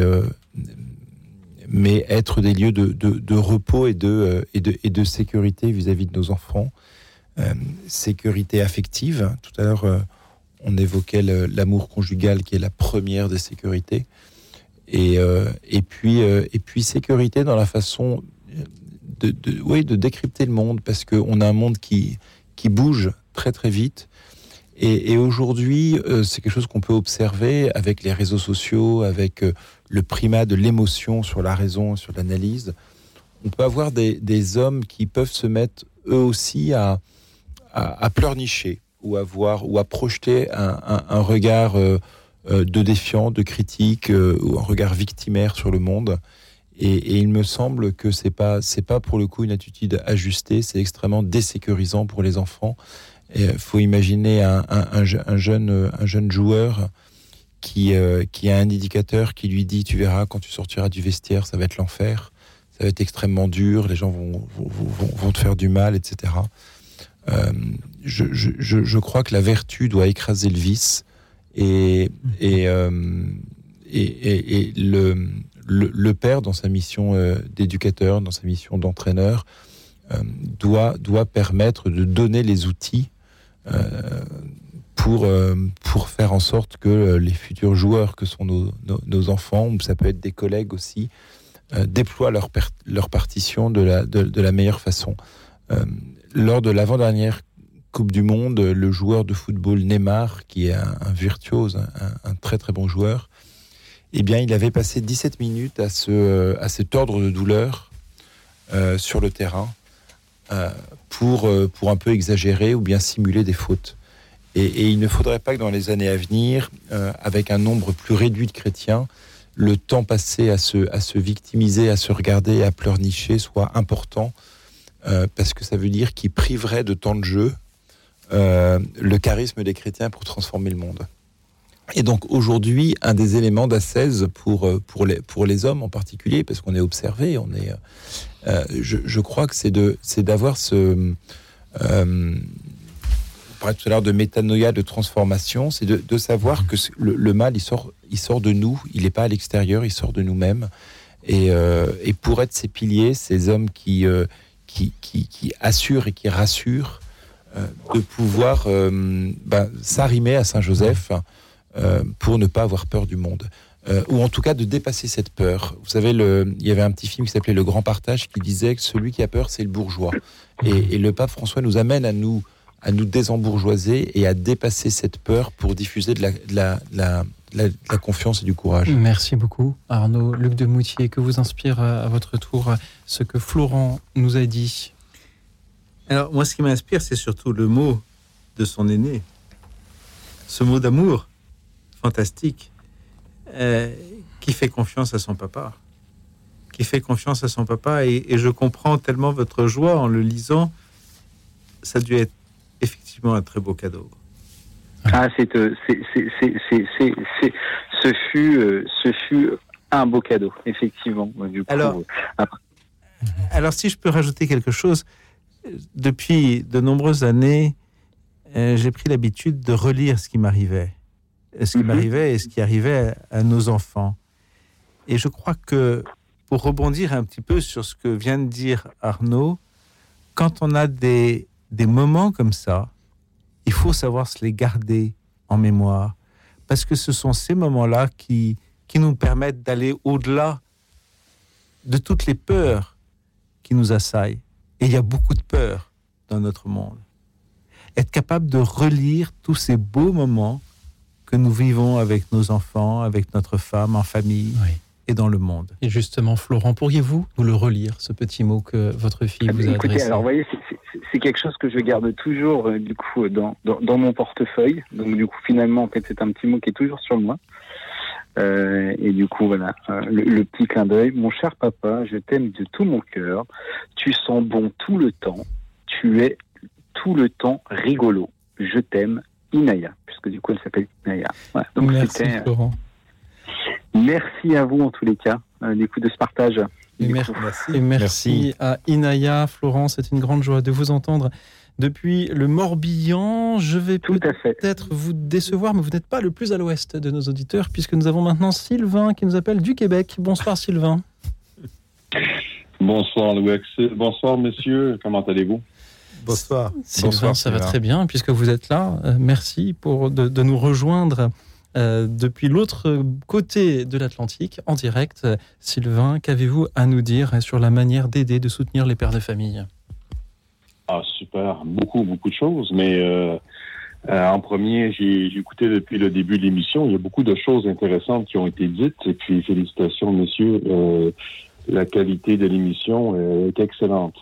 être des lieux de repos et de sécurité vis-à-vis de nos enfants. Sécurité affective. Tout à l'heure, on évoquait l'amour conjugal qui est la première des sécurités. Et puis sécurité dans la façon de décrypter le monde, parce qu'on a un monde qui bouge très très vite. Et aujourd'hui, c'est quelque chose qu'on peut observer avec les réseaux sociaux, avec le primat de l'émotion sur la raison, sur l'analyse. On peut avoir des hommes qui peuvent se mettre eux aussi à pleurnicher ou à projeter un regard de défiant, de critique, ou un regard victimaire sur le monde. Et il me semble que c'est pas pour le coup une attitude ajustée, c'est extrêmement désécurisant pour les enfants. Il faut imaginer un jeune joueur qui a un éducateur qui lui dit: tu verras, quand tu sortiras du vestiaire, ça va être l'enfer, ça va être extrêmement dur, les gens vont te faire du mal, etc. Je crois que la vertu doit écraser le vice, et le père, dans sa mission d'éducateur, dans sa mission d'entraîneur, doit permettre de donner les outils pour faire en sorte que les futurs joueurs que sont nos enfants, ou ça peut être des collègues aussi, déploient leur partition de la meilleure façon. Lors de l'avant-dernière Coupe du Monde, le joueur de football Neymar, qui est un virtuose, un très très bon joueur, eh bien, il avait passé 17 minutes à se tordre de douleur sur le terrain pour un peu exagérer ou bien simuler des fautes. Et il ne faudrait pas que dans les années à venir, avec un nombre plus réduit de chrétiens, le temps passé à se victimiser, à se regarder, à pleurnicher soit important, parce que ça veut dire qu'il priverait de temps de jeu le charisme des chrétiens pour transformer le monde. Et donc aujourd'hui, un des éléments d'ascèse pour les hommes en particulier, parce qu'on est observé, je crois que c'est d'avoir ce... on parlait tout à l'heure de métanoïa, de transformation, c'est de savoir que le mal, il sort de nous, il n'est pas à l'extérieur, il sort de nous-mêmes. Et pour être ces piliers, ces hommes qui assurent et qui rassurent, de pouvoir s'arrimer à Saint Joseph pour ne pas avoir peur du monde. Ou en tout cas de dépasser cette peur. Vous savez, il y avait un petit film qui s'appelait Le Grand Partage qui disait que celui qui a peur, c'est le bourgeois. Et le pape François nous amène à nous désembourgeoiser et à dépasser cette peur pour diffuser de la confiance et du courage. Merci beaucoup Arnaud. Luc de Moutier, que vous inspire à votre tour ce que Florent nous a dit? Alors moi, ce qui m'inspire, c'est surtout le mot de son aîné. Ce mot d'amour fantastique qui fait confiance à son papa. Et je comprends tellement votre joie en le lisant. Ça a dû être effectivement un très beau cadeau. Ce fut un beau cadeau, effectivement. Du coup, alors, si je peux rajouter quelque chose, depuis de nombreuses années, j'ai pris l'habitude de relire ce qui m'arrivait. Ce qui m'arrivait et ce qui arrivait à nos enfants. Et je crois que, pour rebondir un petit peu sur ce que vient de dire Arnaud, quand on a des moments comme ça, il faut savoir se les garder en mémoire, parce que ce sont ces moments-là qui nous permettent d'aller au-delà de toutes les peurs qui nous assaillent. Et il y a beaucoup de peurs dans notre monde. Être capable de relire tous ces beaux moments que nous vivons avec nos enfants, avec notre femme, en famille et dans le monde. Et justement, Florent, pourriez-vous nous le relire, ce petit mot que votre fille vous a adressé? Alors, vous voyez, c'est quelque chose que je garde toujours du coup dans mon portefeuille. Donc du coup, finalement, en fait, c'est un petit mot qui est toujours sur moi. Et du coup, voilà, le petit clin d'œil. Mon cher papa, je t'aime de tout mon cœur. Tu sens bon tout le temps. Tu es tout le temps rigolo. Je t'aime, Inaya, puisque du coup, elle s'appelle Inaya. Voilà. Donc, merci, Florent. Merci à vous, en tous les cas, du coup, de ce partage. Merci à Inaya. Florent, c'est une grande joie de vous entendre depuis le Morbihan. Je vais peut-être vous décevoir, mais vous n'êtes pas le plus à l'ouest de nos auditeurs, puisque nous avons maintenant Sylvain qui nous appelle du Québec. Bonsoir Sylvain. Bonsoir Louis. Bonsoir messieurs, comment allez-vous? Bonsoir. Sylvain, ça va très bien, puisque vous êtes là. Merci de nous rejoindre depuis l'autre côté de l'Atlantique, en direct. Sylvain, qu'avez-vous à nous dire sur la manière d'aider, de soutenir les pères de famille? Ah, super. Beaucoup de choses. Mais en premier, j'ai écouté depuis le début de l'émission. Il y a beaucoup de choses intéressantes qui ont été dites. Et puis, félicitations, messieurs. La qualité de l'émission est excellente.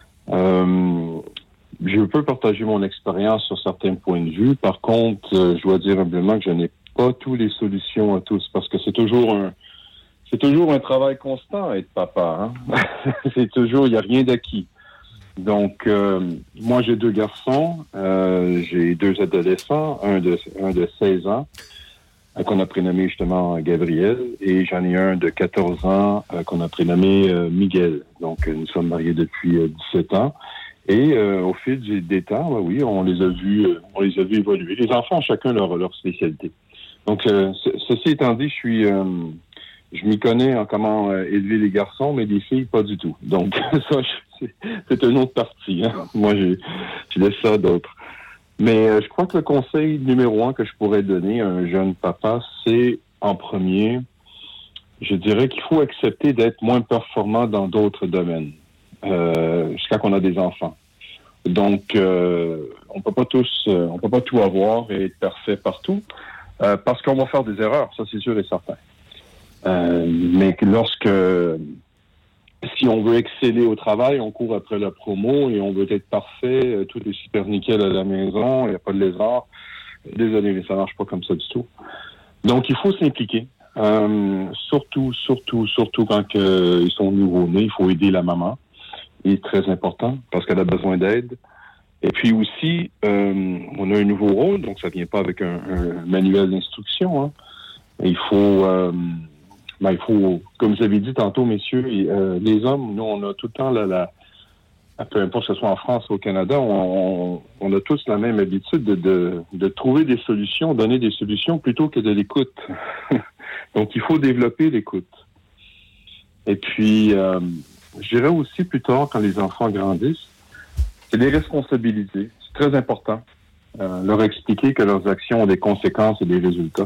Je peux partager mon expérience sur certains points de vue. Par contre, je dois dire humblement que je n'ai pas toutes les solutions à tous, parce que c'est toujours un travail constant être papa. Hein? Il n'y a rien d'acquis. Donc, moi, j'ai 2 garçons, j'ai 2 adolescents, un de 16 ans, qu'on a prénommé justement Gabriel, et j'en ai un de 14 ans qu'on a prénommé Miguel. Donc, nous sommes mariés depuis 17 ans. Et au fil des temps, oui, on les a vus évoluer. Les enfants ont chacun leur spécialité. Donc, ceci étant dit, je m'y connais en comment élever les garçons, mais les filles, pas du tout. Donc, ça, c'est une autre partie. Hein. Moi, je laisse ça à d'autres. Mais je crois que le conseil numéro 1 que je pourrais donner à un jeune papa, c'est, en premier, je dirais qu'il faut accepter d'être moins performant dans d'autres domaines, jusqu'à qu'on a des enfants. Donc, on peut pas tout avoir et être parfait partout, parce qu'on va faire des erreurs, ça c'est sûr et certain. Mais ce si on veut exceller au travail, on court après la promo et on veut être parfait, tout est super nickel à la maison, il n'y a pas de lézard. Désolé, mais ça marche pas comme ça du tout. Donc, il faut s'impliquer. Surtout quand ils sont nouveau-nés, il faut aider la maman. C'est très important parce qu'elle a besoin d'aide. Et puis aussi, on a un nouveau rôle, donc ça vient pas avec un manuel d'instruction. Hein. Il faut, comme vous avez dit tantôt, messieurs, les hommes, nous, on a tout le temps peu importe que ce soit en France ou au Canada, on a tous la même habitude de trouver des solutions, donner des solutions plutôt que de l'écoute. Donc, il faut développer l'écoute. Et puis, je dirais aussi plus tard, quand les enfants grandissent, c'est les responsabiliser. C'est très important. Leur expliquer que leurs actions ont des conséquences et des résultats.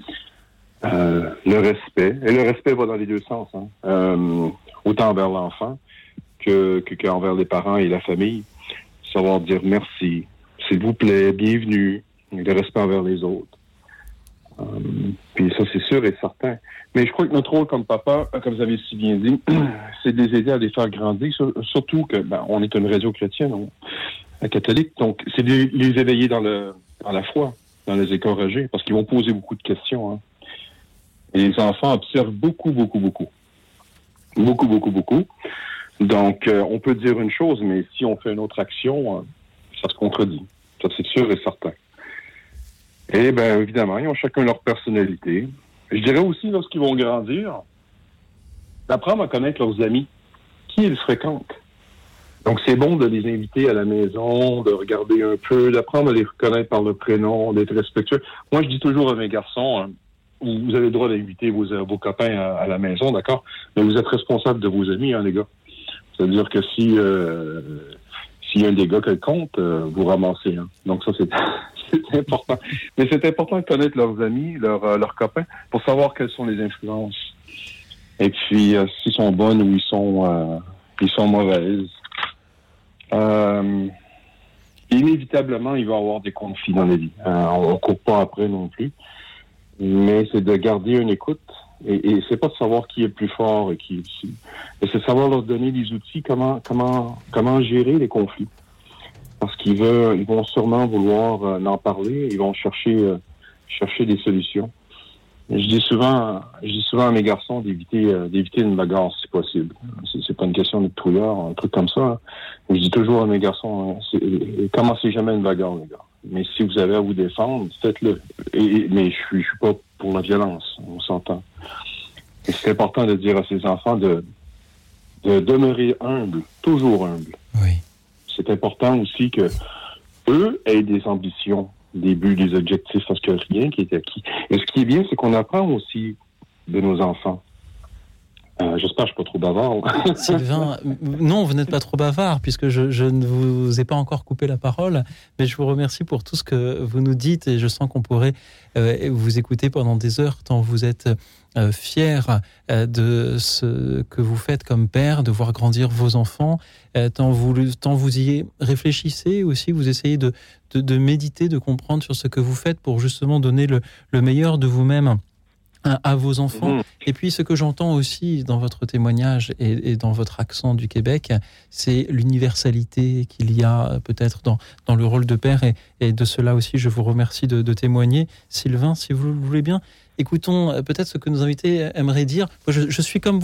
Le respect. Et le respect va dans les deux sens. Hein. Autant envers l'enfant qu'envers les parents et la famille. Savoir dire merci, s'il vous plaît, bienvenue. Le respect envers les autres. Puis ça, c'est sûr et certain. Mais je crois que notre rôle comme papa, comme vous avez si bien dit, c'est de les aider à les faire grandir, surtout que on est une radio chrétienne, catholique, donc c'est de les éveiller dans la foi, dans les encourager, parce qu'ils vont poser beaucoup de questions. Hein. Et les enfants observent beaucoup. Donc, on peut dire une chose, mais si on fait une autre action, ça se contredit. Ça, c'est sûr et certain. Et bien, évidemment, ils ont chacun leur personnalité. Je dirais aussi, lorsqu'ils vont grandir, d'apprendre à connaître leurs amis, qui ils fréquentent. Donc, c'est bon de les inviter à la maison, de regarder un peu, d'apprendre à les reconnaître par le prénom, d'être respectueux. Moi, je dis toujours à mes garçons, vous avez le droit d'inviter vos copains à la maison, d'accord? Mais vous êtes responsable de vos amis, les gars. C'est-à-dire que s'il y a un des gars quelconque, vous ramassez. Hein. Donc, ça, c'est important. Mais c'est important de connaître leurs amis, leurs copains, pour savoir quelles sont les influences. Et puis, s'ils sont bonnes ou ils sont mauvaises. Inévitablement, il va y avoir des conflits dans la vie. On ne court pas après non plus. Mais c'est de garder une écoute. Et c'est pas de savoir qui est le plus fort et qui est... Mais c'est de savoir leur donner des outils, comment gérer les conflits. Parce ils vont sûrement vouloir en parler, ils vont chercher des solutions. Et je dis souvent à mes garçons d'éviter une bagarre si possible. C'est pas une question de trouillard, un truc comme ça. Hein. Je dis toujours à mes garçons, commencez jamais une bagarre, les gars. Mais si vous avez à vous défendre, faites-le. Mais je suis pas pour la violence, on s'entend. Et c'est important de dire à ses enfants de demeurer humble, toujours humble. Oui. C'est important aussi que eux aient des ambitions, des buts, des objectifs, parce que rien qui est acquis. Et ce qui est bien, c'est qu'on apprend aussi de nos enfants. J'espère que je ne suis pas trop bavard. Sylvain, non, vous n'êtes pas trop bavard, puisque je ne vous ai pas encore coupé la parole, mais je vous remercie pour tout ce que vous nous dites, et je sens qu'on pourrait vous écouter pendant des heures, tant vous êtes fier de ce que vous faites comme père, de voir grandir vos enfants, tant vous y réfléchissez aussi, vous essayez de méditer, de comprendre sur ce que vous faites pour justement donner le meilleur de vous-même à vos enfants. Et puis ce que j'entends aussi dans votre témoignage et dans votre accent du Québec, c'est l'universalité qu'il y a peut-être dans le rôle de père, et de cela aussi je vous remercie de témoigner. Sylvain, si vous le voulez bien, écoutons peut-être ce que nos invités aimeraient dire. Je suis comme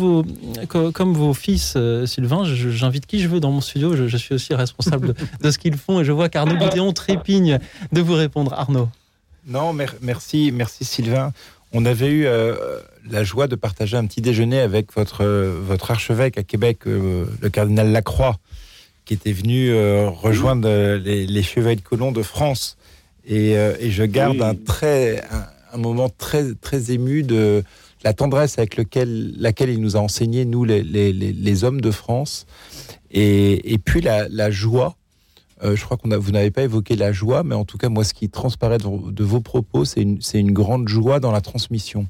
vos fils, Sylvain, j'invite qui je veux dans mon studio, je suis aussi responsable de ce qu'ils font, et je vois qu'Arnaud Boudéon trépigne de vous répondre. Arnaud. Non, merci Sylvain. On avait eu la joie de partager un petit déjeuner avec votre archevêque à Québec, le cardinal Lacroix, qui était venu rejoindre les Chevaliers de Colomb de France. Et je garde un moment très, très ému de la tendresse avec laquelle il nous a enseigné, nous, les hommes de France. Et puis la joie. Je crois vous n'avez pas évoqué la joie, mais en tout cas, moi, ce qui transparaît de vos propos, c'est une grande joie dans la transmission.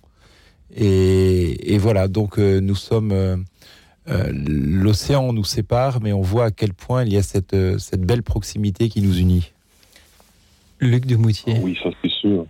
Et voilà, donc nous sommes... l'océan nous sépare, mais on voit à quel point il y a cette belle proximité qui nous unit. Luc Demoutier. Oui, ça c'est sûr.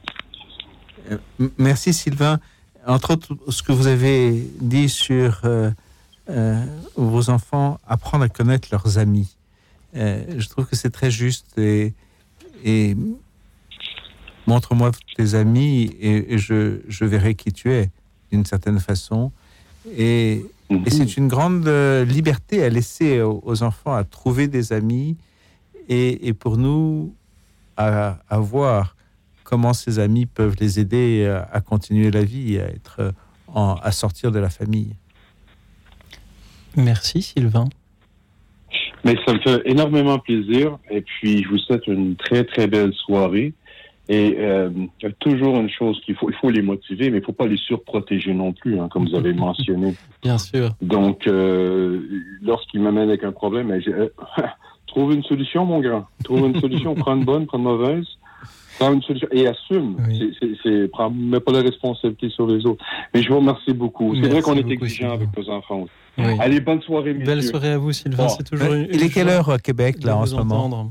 Merci Sylvain. Entre autres, ce que vous avez dit sur vos enfants apprendre à connaître leurs amis. Je trouve que c'est très juste et montre-moi tes amis et je verrai qui tu es d'une certaine façon. Et c'est une grande liberté à laisser aux enfants à trouver des amis et pour nous à voir comment ces amis peuvent les aider à continuer la vie, à sortir de la famille. Merci Sylvain. Mais ça me fait énormément plaisir et puis je vous souhaite une très très belle soirée. Et il y a toujours une chose il faut les motiver, mais il ne faut pas les surprotéger non plus, hein, comme vous avez mentionné. Bien sûr. Donc, lorsqu'ils m'amènent avec un problème, trouve une solution, mon grand. Trouve une solution, prends une bonne, prends une mauvaise. Prends une solution et assume. Oui. Mets pas la responsabilité sur les autres. Mais je vous remercie beaucoup. C'est vrai qu'on est exigeant avec nos enfants aussi. Oui. Allez, bonne soirée, messieurs. Belle soirée à vous, Sylvain. C'est toujours il est quelle heure à Québec, là, en ce moment?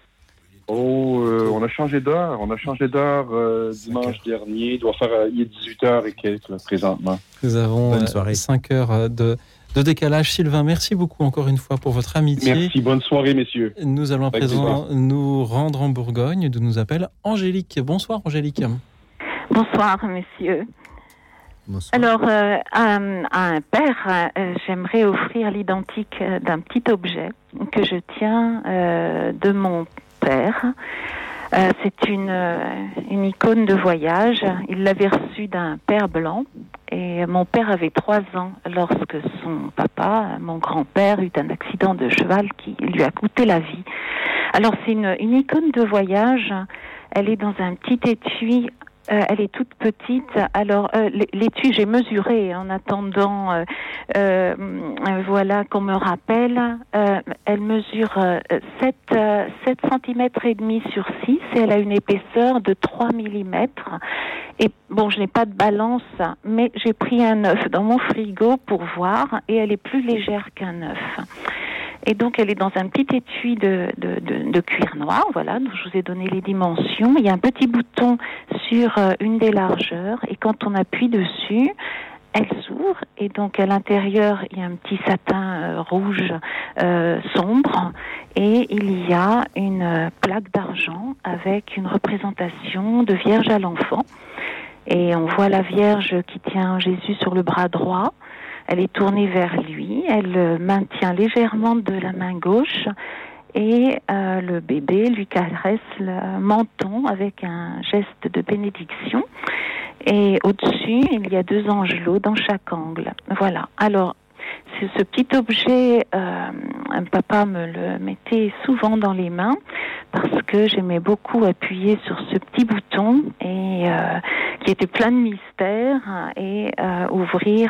On a changé d'heure. On a changé d'heure dimanche dernier. Il est 18h et quelques, là, présentement. Nous avons 5 heures de décalage. Sylvain, merci beaucoup encore une fois pour votre amitié. Merci, bonne soirée, messieurs. Nous allons à présent nous rendre en Bourgogne, d'où nous appelle Angélique. Bonsoir, Angélique. Bonsoir, messieurs. Bonsoir. Alors, à un père, j'aimerais offrir l'identique d'un petit objet que je tiens de mon père. C'est une icône de voyage. Il l'avait reçue d'un père blanc. Et mon père avait 3 ans lorsque son papa, mon grand-père, eut un accident de cheval qui lui a coûté la vie. Alors c'est une icône de voyage. Elle est dans un petit étui. Elle est toute petite. Alors l'étui, j'ai mesuré en attendant. Voilà qu'on me rappelle. Elle mesure 7 cm et demi sur 6 et elle a une épaisseur de 3 mm. Et bon, je n'ai pas de balance, mais j'ai pris un œuf dans mon frigo pour voir et elle est plus légère qu'un œuf. Et donc, elle est dans un petit étui de cuir noir, voilà, dont je vous ai donné les dimensions. Il y a un petit bouton sur une des largeurs et quand on appuie dessus, elle s'ouvre et donc à l'intérieur, il y a un petit satin rouge sombre et il y a une plaque d'argent avec une représentation de Vierge à l'enfant. Et on voit la Vierge qui tient Jésus sur le bras droit. Elle est tournée vers lui, elle le maintient légèrement de la main gauche et le bébé lui caresse le menton avec un geste de bénédiction. Et au-dessus, il y a 2 angelots dans chaque angle. Voilà. Alors, c'est ce petit objet, papa me le mettait souvent dans les mains parce que j'aimais beaucoup appuyer sur ce petit bouton et qui était plein de mystères et ouvrir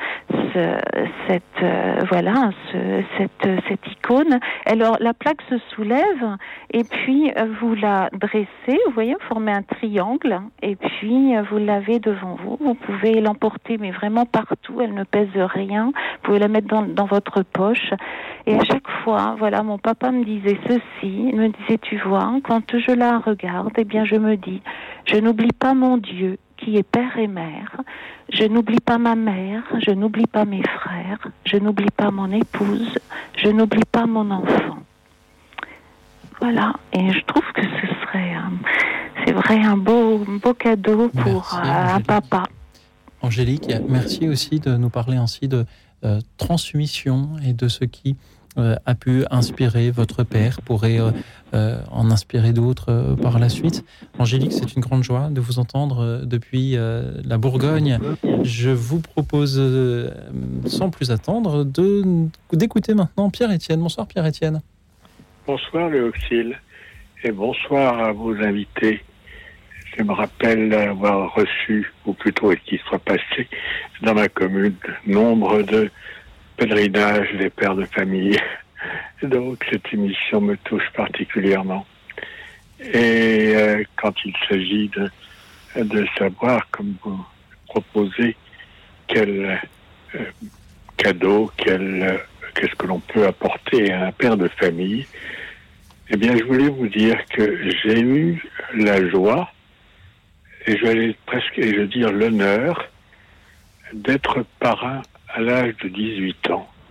cette icône. Alors la plaque se soulève et puis vous la dressez, vous voyez, vous formez un triangle et puis vous l'avez devant vous. Vous pouvez l'emporter mais vraiment partout, elle ne pèse rien. Vous pouvez la mettre dans votre poche. Et à chaque fois, voilà, mon papa me disait ceci, il me disait, tu vois, quand je la regarde, eh bien je me dis, je n'oublie pas mon Dieu qui est père et mère, je n'oublie pas ma mère, je n'oublie pas mes frères, je n'oublie pas mon épouse, je n'oublie pas mon enfant. Voilà, et je trouve que ce serait, c'est vrai, un beau cadeau pour un papa. Angélique, merci aussi de nous parler ainsi de transmission et de ce qui a pu inspirer votre père, pourrait en inspirer d'autres par la suite. Angélique, c'est une grande joie de vous entendre depuis la Bourgogne. Je vous propose, sans plus attendre, d'écouter maintenant Pierre-Étienne. Bonsoir Pierre-Étienne. Bonsoir Léoxyle et bonsoir à vos invités. Je me rappelle avoir reçu, ou plutôt qu'il soit passé dans ma commune, nombre de pèlerinages des pères de famille. Donc cette émission me touche particulièrement. Et quand il s'agit de savoir, comme vous proposez, quel cadeau, qu'est-ce que l'on peut apporter à un père de famille, eh bien je voulais vous dire que j'ai eu la joie, et je vais dire l'honneur, d'être parrain à l'âge de 18 ans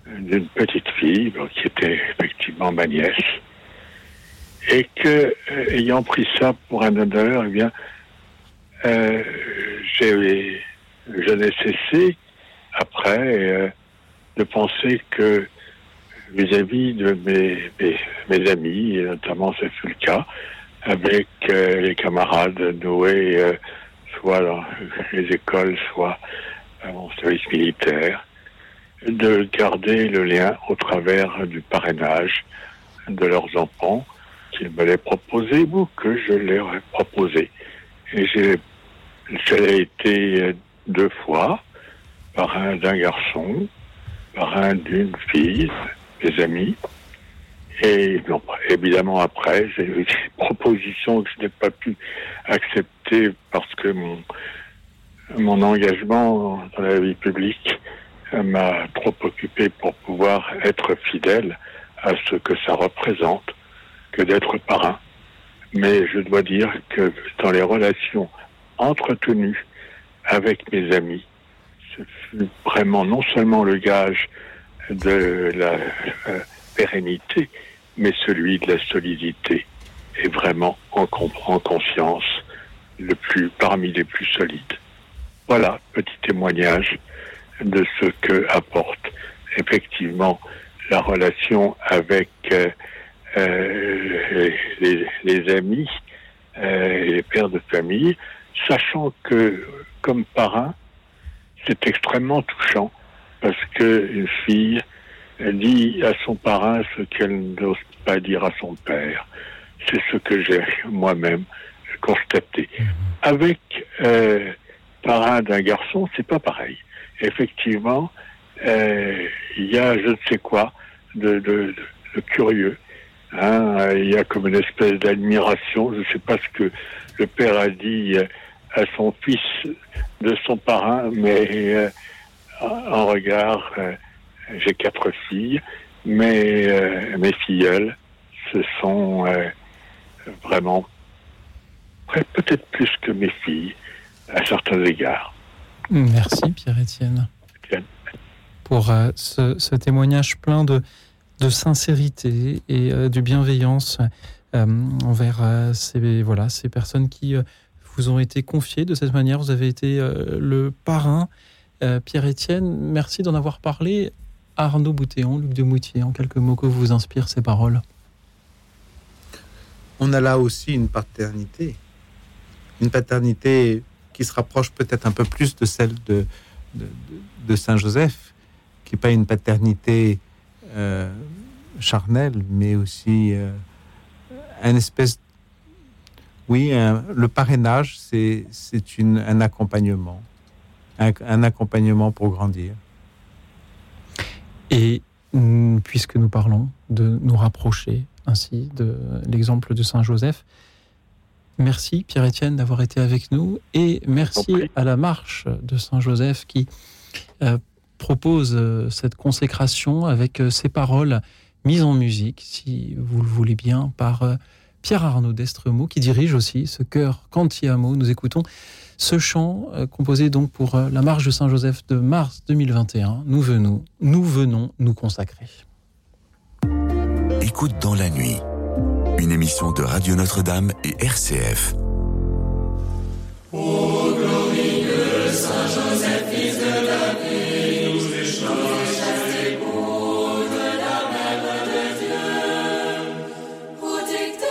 d'une petite fille qui était effectivement ma nièce, et que, ayant pris ça pour un honneur, eh bien, je n'ai cessé après de penser que vis-à-vis de mes amis, et notamment ce fut le cas, avec les camarades noués, soit dans les écoles, soit en service militaire, de garder le lien au travers du parrainage de leurs enfants qu'ils me les proposaient ou que je leur ai proposé. Et j'ai été 2 fois parrain d'un garçon, parrain d'une fille, des amis. Et bon, évidemment, après, j'ai eu des propositions que je n'ai pas pu accepter parce que mon engagement dans la vie publique m'a trop occupé pour pouvoir être fidèle à ce que ça représente que d'être parrain. Mais je dois dire que dans les relations entretenues avec mes amis, ce fut vraiment non seulement le gage de la pérennité, mais celui de la solidité, et vraiment en conscience parmi les plus solides. Voilà, petit témoignage de ce que apporte effectivement la relation avec les amis et les pères de famille, sachant que comme parrain, c'est extrêmement touchant parce qu'une fille dit à son parrain ce qu'elle n'ose pas dire à son père. C'est ce que j'ai moi-même constaté. Avec parrain d'un garçon, c'est pas pareil. Effectivement, il y a je ne sais quoi de curieux. Il y a comme une espèce d'admiration. Je ne sais pas ce que le père a dit à son fils de son parrain, mais en regard, j'ai 4 filles, mais mes filleules, ce sont vraiment peut-être plus que mes filles à certains égards. Merci Pierre-Étienne pour ce témoignage plein de sincérité et de bienveillance envers ces personnes qui vous ont été confiées de cette manière. Vous avez été le parrain. Pierre-Étienne, merci d'en avoir parlé. Arnaud Boutéon, Luc de Moutier, en quelques mots, que vous inspirent ces paroles? On a là aussi une paternité qui se rapproche peut-être un peu plus de celle de Saint-Joseph, qui n'est pas une paternité charnelle, mais aussi un espèce... Oui, le parrainage, c'est un accompagnement. Un accompagnement pour grandir. Et puisque nous parlons de nous rapprocher ainsi de l'exemple de Saint-Joseph, merci Pierre-Étienne d'avoir été avec nous et merci à la marche de Saint-Joseph qui propose cette consécration avec ces paroles mises en musique, si vous le voulez bien, par Pierre-Arnaud d'Estremaux qui dirige aussi ce chœur Cantiamo. Nous écoutons ce chant composé donc pour la marche de Saint-Joseph de mars 2021. Nous venons nous consacrer. Écoute dans la nuit, une émission de Radio Notre-Dame et RCF. Ô glorieux Saint-Joseph, fils de David, nous échanges époux de la Mère de Dieu, protecteur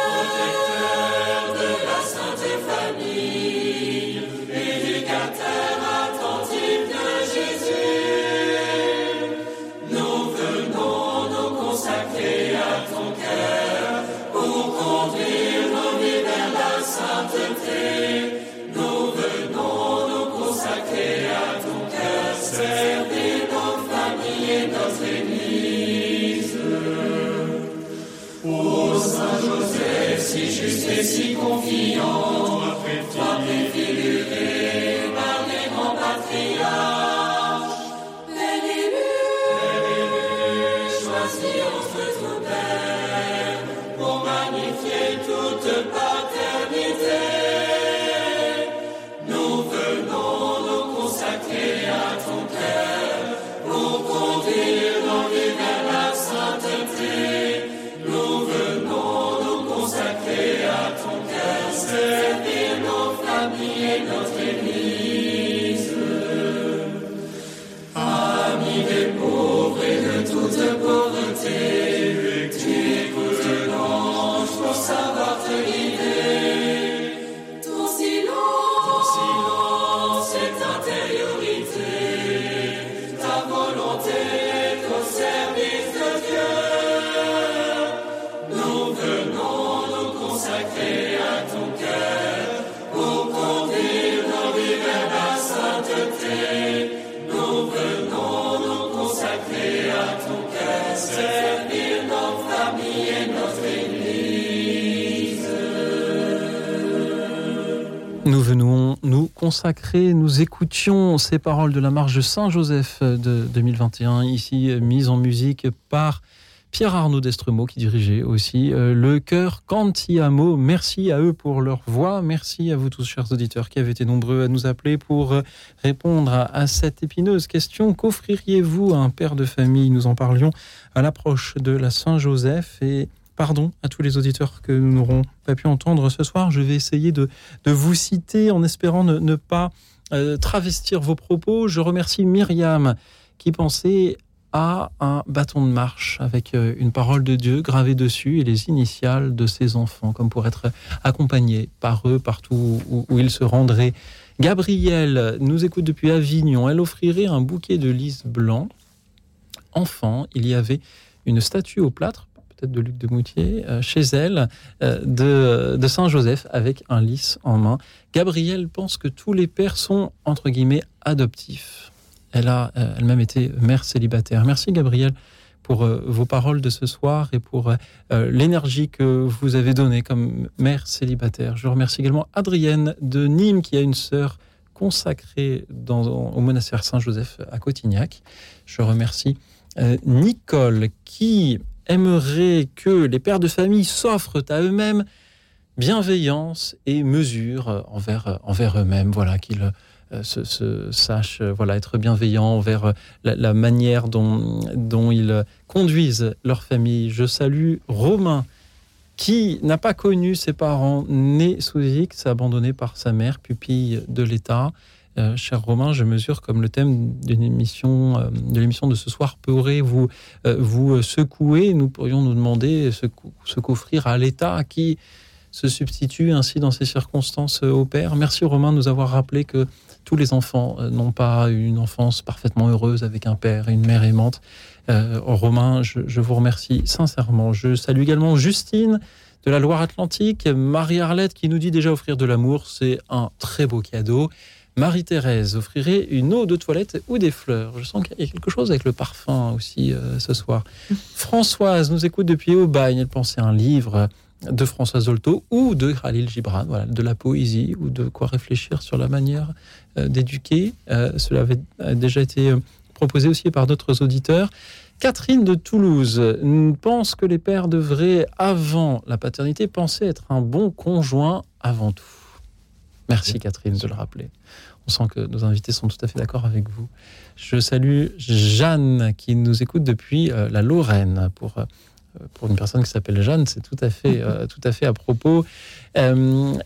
de la Sainte Famille, éducateur attentif de Jésus, nous venons nous consacrer à ton cœur pour conduire nos vies vers la sainteté. Nous venons nous consacrer à ton cœur, servir nos familles et notre Église. Ô Saint-Joseph, si juste et si confiant, toi préfiguré par les grands patriarches, les élus choisis entre tout père pour magnifier toute paternité. Nous venons nous consacrer à ton cœur pour conduire servir nos familles et notre Église. Nous venons nous consacrer, nous écoutions ces paroles de la marche de Saint-Joseph de 2021, ici mise en musique par Pierre-Arnaud Destremaux, qui dirigeait aussi le chœur Cantiamo. Merci à eux pour leur voix. Merci à vous tous, chers auditeurs, qui avez été nombreux à nous appeler pour répondre à cette épineuse question. Qu'offririez-vous à un père de famille ? Nous en parlions à l'approche de la Saint-Joseph. Et pardon à tous les auditeurs que nous n'aurons pas pu entendre ce soir. Je vais essayer de vous citer en espérant ne pas travestir vos propos. Je remercie Myriam qui pensait à un bâton de marche avec une parole de Dieu gravée dessus et les initiales de ses enfants, comme pour être accompagnés par eux partout où ils se rendraient. Gabrielle nous écoute depuis Avignon. Elle offrirait un bouquet de lys blanc. Enfant, il y avait une statue au plâtre, peut-être de Luc de Moutier, chez elle, de Saint-Joseph avec un lys en main. Gabrielle pense que tous les pères sont, entre guillemets, adoptifs. Elle a elle-même été mère célibataire. Merci Gabrielle pour vos paroles de ce soir et pour l'énergie que vous avez donnée comme mère célibataire. Je remercie également Adrienne de Nîmes qui a une sœur consacrée au monastère Saint-Joseph à Cotignac. Je remercie Nicole qui aimerait que les pères de famille s'offrent à eux-mêmes bienveillance et mesure envers eux-mêmes. Voilà, qu'ils sachent être bienveillants envers la manière dont ils conduisent leur famille. Je salue Romain qui n'a pas connu ses parents nés sous X, abandonné par sa mère, pupille de l'État. Cher Romain, je mesure comme le thème de l'émission de ce soir pourrait vous secouer. Nous pourrions nous demander ce qu'offrir à l'État qui se substitue ainsi dans ces circonstances au père. Merci Romain de nous avoir rappelé que tous les enfants n'ont pas une enfance parfaitement heureuse avec un père et une mère aimante. Romain, je vous remercie sincèrement. Je salue également Justine de la Loire-Atlantique, Marie-Arlette qui nous dit déjà offrir de l'amour, c'est un très beau cadeau. Marie-Thérèse offrirait une eau de toilette ou des fleurs. Je sens qu'il y a quelque chose avec le parfum aussi ce soir. Françoise nous écoute depuis Aubagne. Elle pensait à un livre de Françoise Dolto ou de Khalil Gibran, de la poésie ou de quoi réfléchir sur la manière d'éduquer. Cela avait déjà été proposé aussi par d'autres auditeurs. Catherine de Toulouse pense que les pères devraient, avant la paternité, penser être un bon conjoint avant tout. Merci Catherine de le rappeler. On sent que nos invités sont tout à fait d'accord avec vous. Je salue Jeanne qui nous écoute depuis la Lorraine. Pour une personne qui s'appelle Jeanne, c'est tout à fait à propos. Elle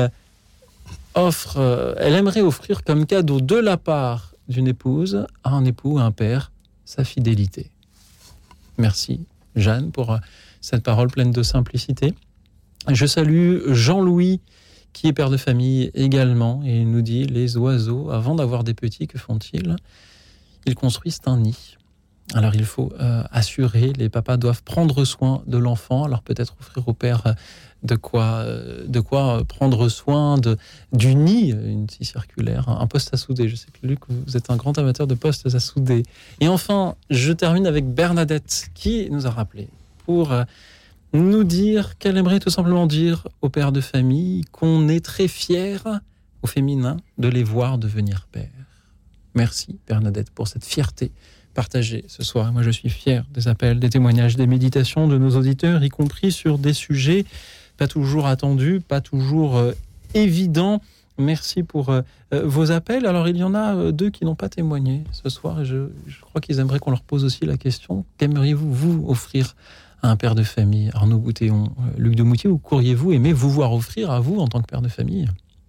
aimerait offrir comme cadeau de la part d'une épouse à un époux, à un père, sa fidélité. Merci Jeanne pour cette parole pleine de simplicité. Je salue Jean-Louis qui est père de famille également, et il nous dit, les oiseaux, avant d'avoir des petits, que font-ils ? Ils construisent un nid. Alors il faut assurer, les papas doivent prendre soin de l'enfant, alors peut-être offrir au père de quoi prendre soin du nid, une scie circulaire, un poste à souder. Je sais que Luc, vous êtes un grand amateur de postes à souder. Et enfin, je termine avec Bernadette, qui nous a rappelé pour nous dire qu'elle aimerait tout simplement dire aux pères de famille qu'on est très fiers, au féminin, de les voir devenir pères. Merci Bernadette pour cette fierté partagée ce soir. Et moi je suis fier des appels, des témoignages, des méditations de nos auditeurs, y compris sur des sujets pas toujours attendus, pas toujours évidents. Merci pour vos appels. Alors il y en a deux qui n'ont pas témoigné ce soir et je crois qu'ils aimeraient qu'on leur pose aussi la question. Qu'aimeriez-vous vous offrir à un père de famille? Arnaud Boutéon, Luc de Moutier, ou pourriez-vous aimer vous voir offrir à vous en tant que père de famille?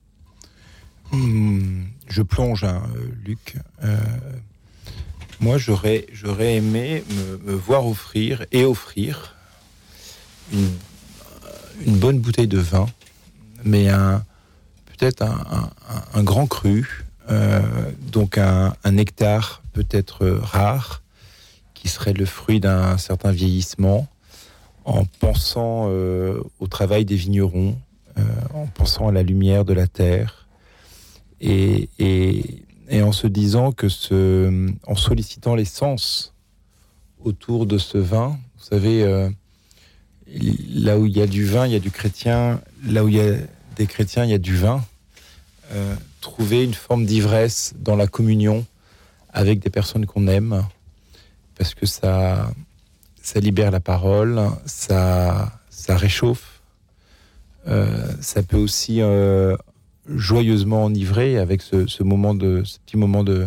Je plonge, Luc. Moi, j'aurais aimé me voir offrir une bonne bouteille de vin, mais peut-être un grand cru, donc un nectar peut-être rare, qui serait le fruit d'un certain vieillissement, en pensant au travail des vignerons, en pensant à la lumière de la terre, et en se disant que en sollicitant les sens autour de ce vin. Vous savez, là où il y a du vin, il y a du chrétien. Là où il y a des chrétiens, il y a du vin. Trouver une forme d'ivresse dans la communion avec des personnes qu'on aime, parce que ça libère la parole, ça réchauffe. Ça peut aussi joyeusement enivrer avec ce petit moment de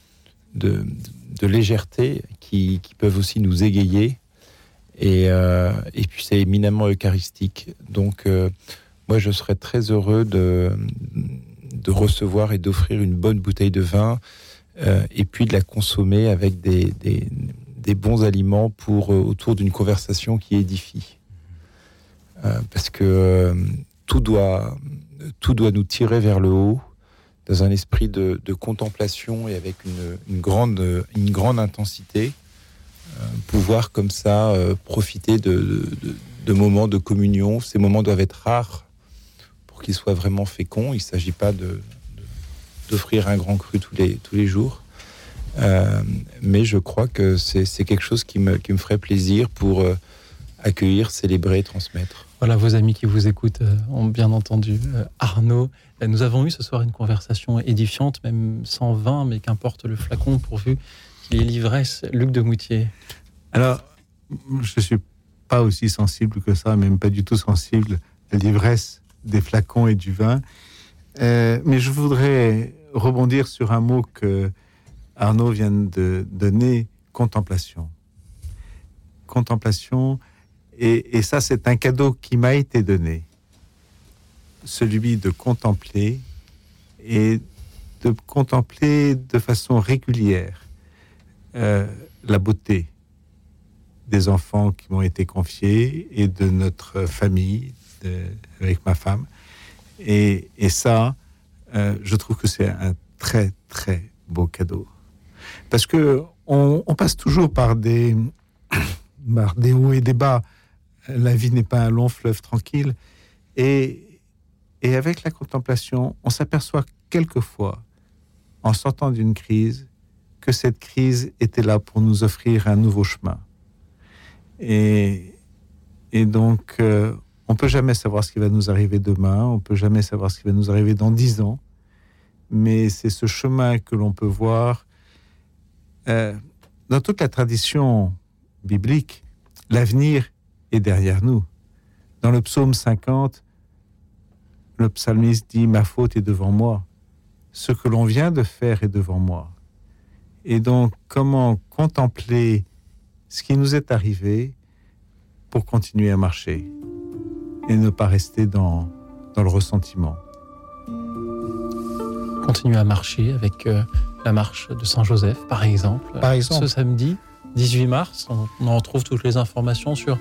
légèreté qui peuvent aussi nous égayer. Et puis c'est éminemment eucharistique. Donc moi je serais très heureux de recevoir et d'offrir une bonne bouteille de vin et puis de la consommer avec des bons aliments autour d'une conversation qui édifie. Parce que tout doit nous tirer vers le haut dans un esprit de contemplation et avec une grande intensité, pouvoir comme ça profiter de moments de communion. Ces moments doivent être rares pour qu'ils soient vraiment féconds. Il ne s'agit pas d'offrir un grand cru tous les jours. Mais je crois que c'est quelque chose qui me ferait plaisir pour accueillir, célébrer, transmettre. Voilà, vos amis qui vous écoutent ont bien entendu Arnaud. Nous avons eu ce soir une conversation édifiante, même sans vin, mais qu'importe le flacon, pourvu qu'il y ait l'ivresse. Luc de Moutier. Alors, je ne suis pas aussi sensible que ça, même pas du tout sensible à l'ivresse des flacons et du vin. Mais je voudrais rebondir sur un mot que Arnaud vient de donner, contemplation. Contemplation, et ça c'est un cadeau qui m'a été donné, celui de contempler, et de contempler de façon régulière la beauté des enfants qui m'ont été confiés et de notre famille, avec ma femme. Et ça, je trouve que c'est un très, très beau cadeau. Parce que on passe toujours par des hauts et des bas. La vie n'est pas un long fleuve tranquille. Et avec la contemplation, on s'aperçoit quelquefois, en sortant d'une crise, que cette crise était là pour nous offrir un nouveau chemin. Et donc, on ne peut jamais savoir ce qui va nous arriver demain, on ne peut jamais savoir ce qui va nous arriver dans 10 ans, mais c'est ce chemin que l'on peut voir. Dans toute la tradition biblique, l'avenir est derrière nous. Dans le psaume 50, le psalmiste dit « Ma faute est devant moi. Ce que l'on vient de faire est devant moi. » Et donc, comment contempler ce qui nous est arrivé pour continuer à marcher et ne pas rester dans le ressentiment. Continuer à marcher avec la marche de Saint-Joseph, par exemple. Ce samedi 18 mars, on en retrouve toutes les informations sur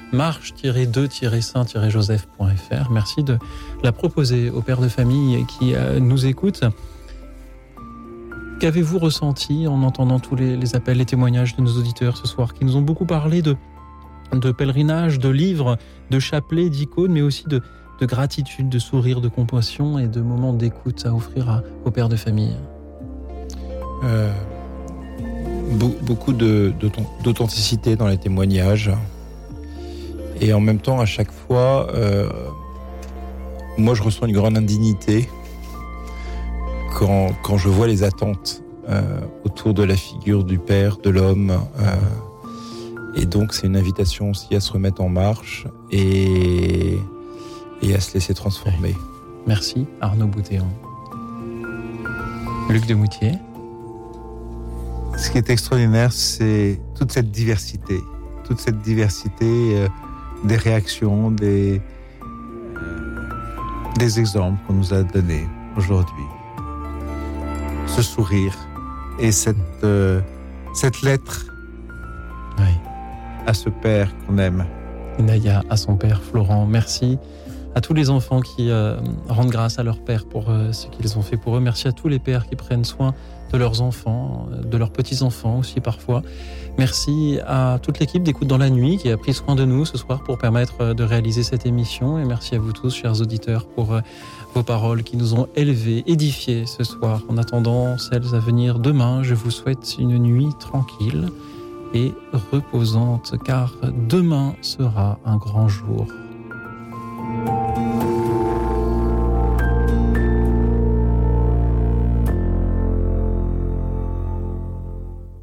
marche-2-saint-joseph.fr. Merci de la proposer aux pères de famille qui nous écoutent. Qu'avez-vous ressenti en entendant tous les appels, les témoignages de nos auditeurs ce soir, qui nous ont beaucoup parlé de pèlerinage, de livres, de chapelets, d'icônes, mais aussi de gratitude, de sourire, de compassion et de moments d'écoute à offrir aux pères de famille? Beaucoup d'authenticité dans les témoignages. Et en même temps, à chaque fois, moi je ressens une grande indignité quand je vois les attentes autour de la figure du Père, de l'homme. Et donc c'est une invitation aussi à se remettre en marche et à se laisser transformer. Merci Arnaud Boutéon. Luc de Moutier. Ce qui est extraordinaire, c'est toute cette diversité des réactions, des exemples qu'on nous a donnés aujourd'hui. Ce sourire et cette lettre à ce père qu'on aime. Naya à son père Florent. Merci à tous les enfants qui rendent grâce à leur père pour ce qu'ils ont fait pour eux. Merci à tous les pères qui prennent soin de leurs enfants, de leurs petits-enfants aussi parfois. Merci à toute l'équipe d'Écoute dans la nuit qui a pris soin de nous ce soir pour permettre de réaliser cette émission. Et merci à vous tous, chers auditeurs, pour vos paroles qui nous ont élevés, édifiés ce soir. En attendant celles à venir demain, je vous souhaite une nuit tranquille et reposante, car demain sera un grand jour.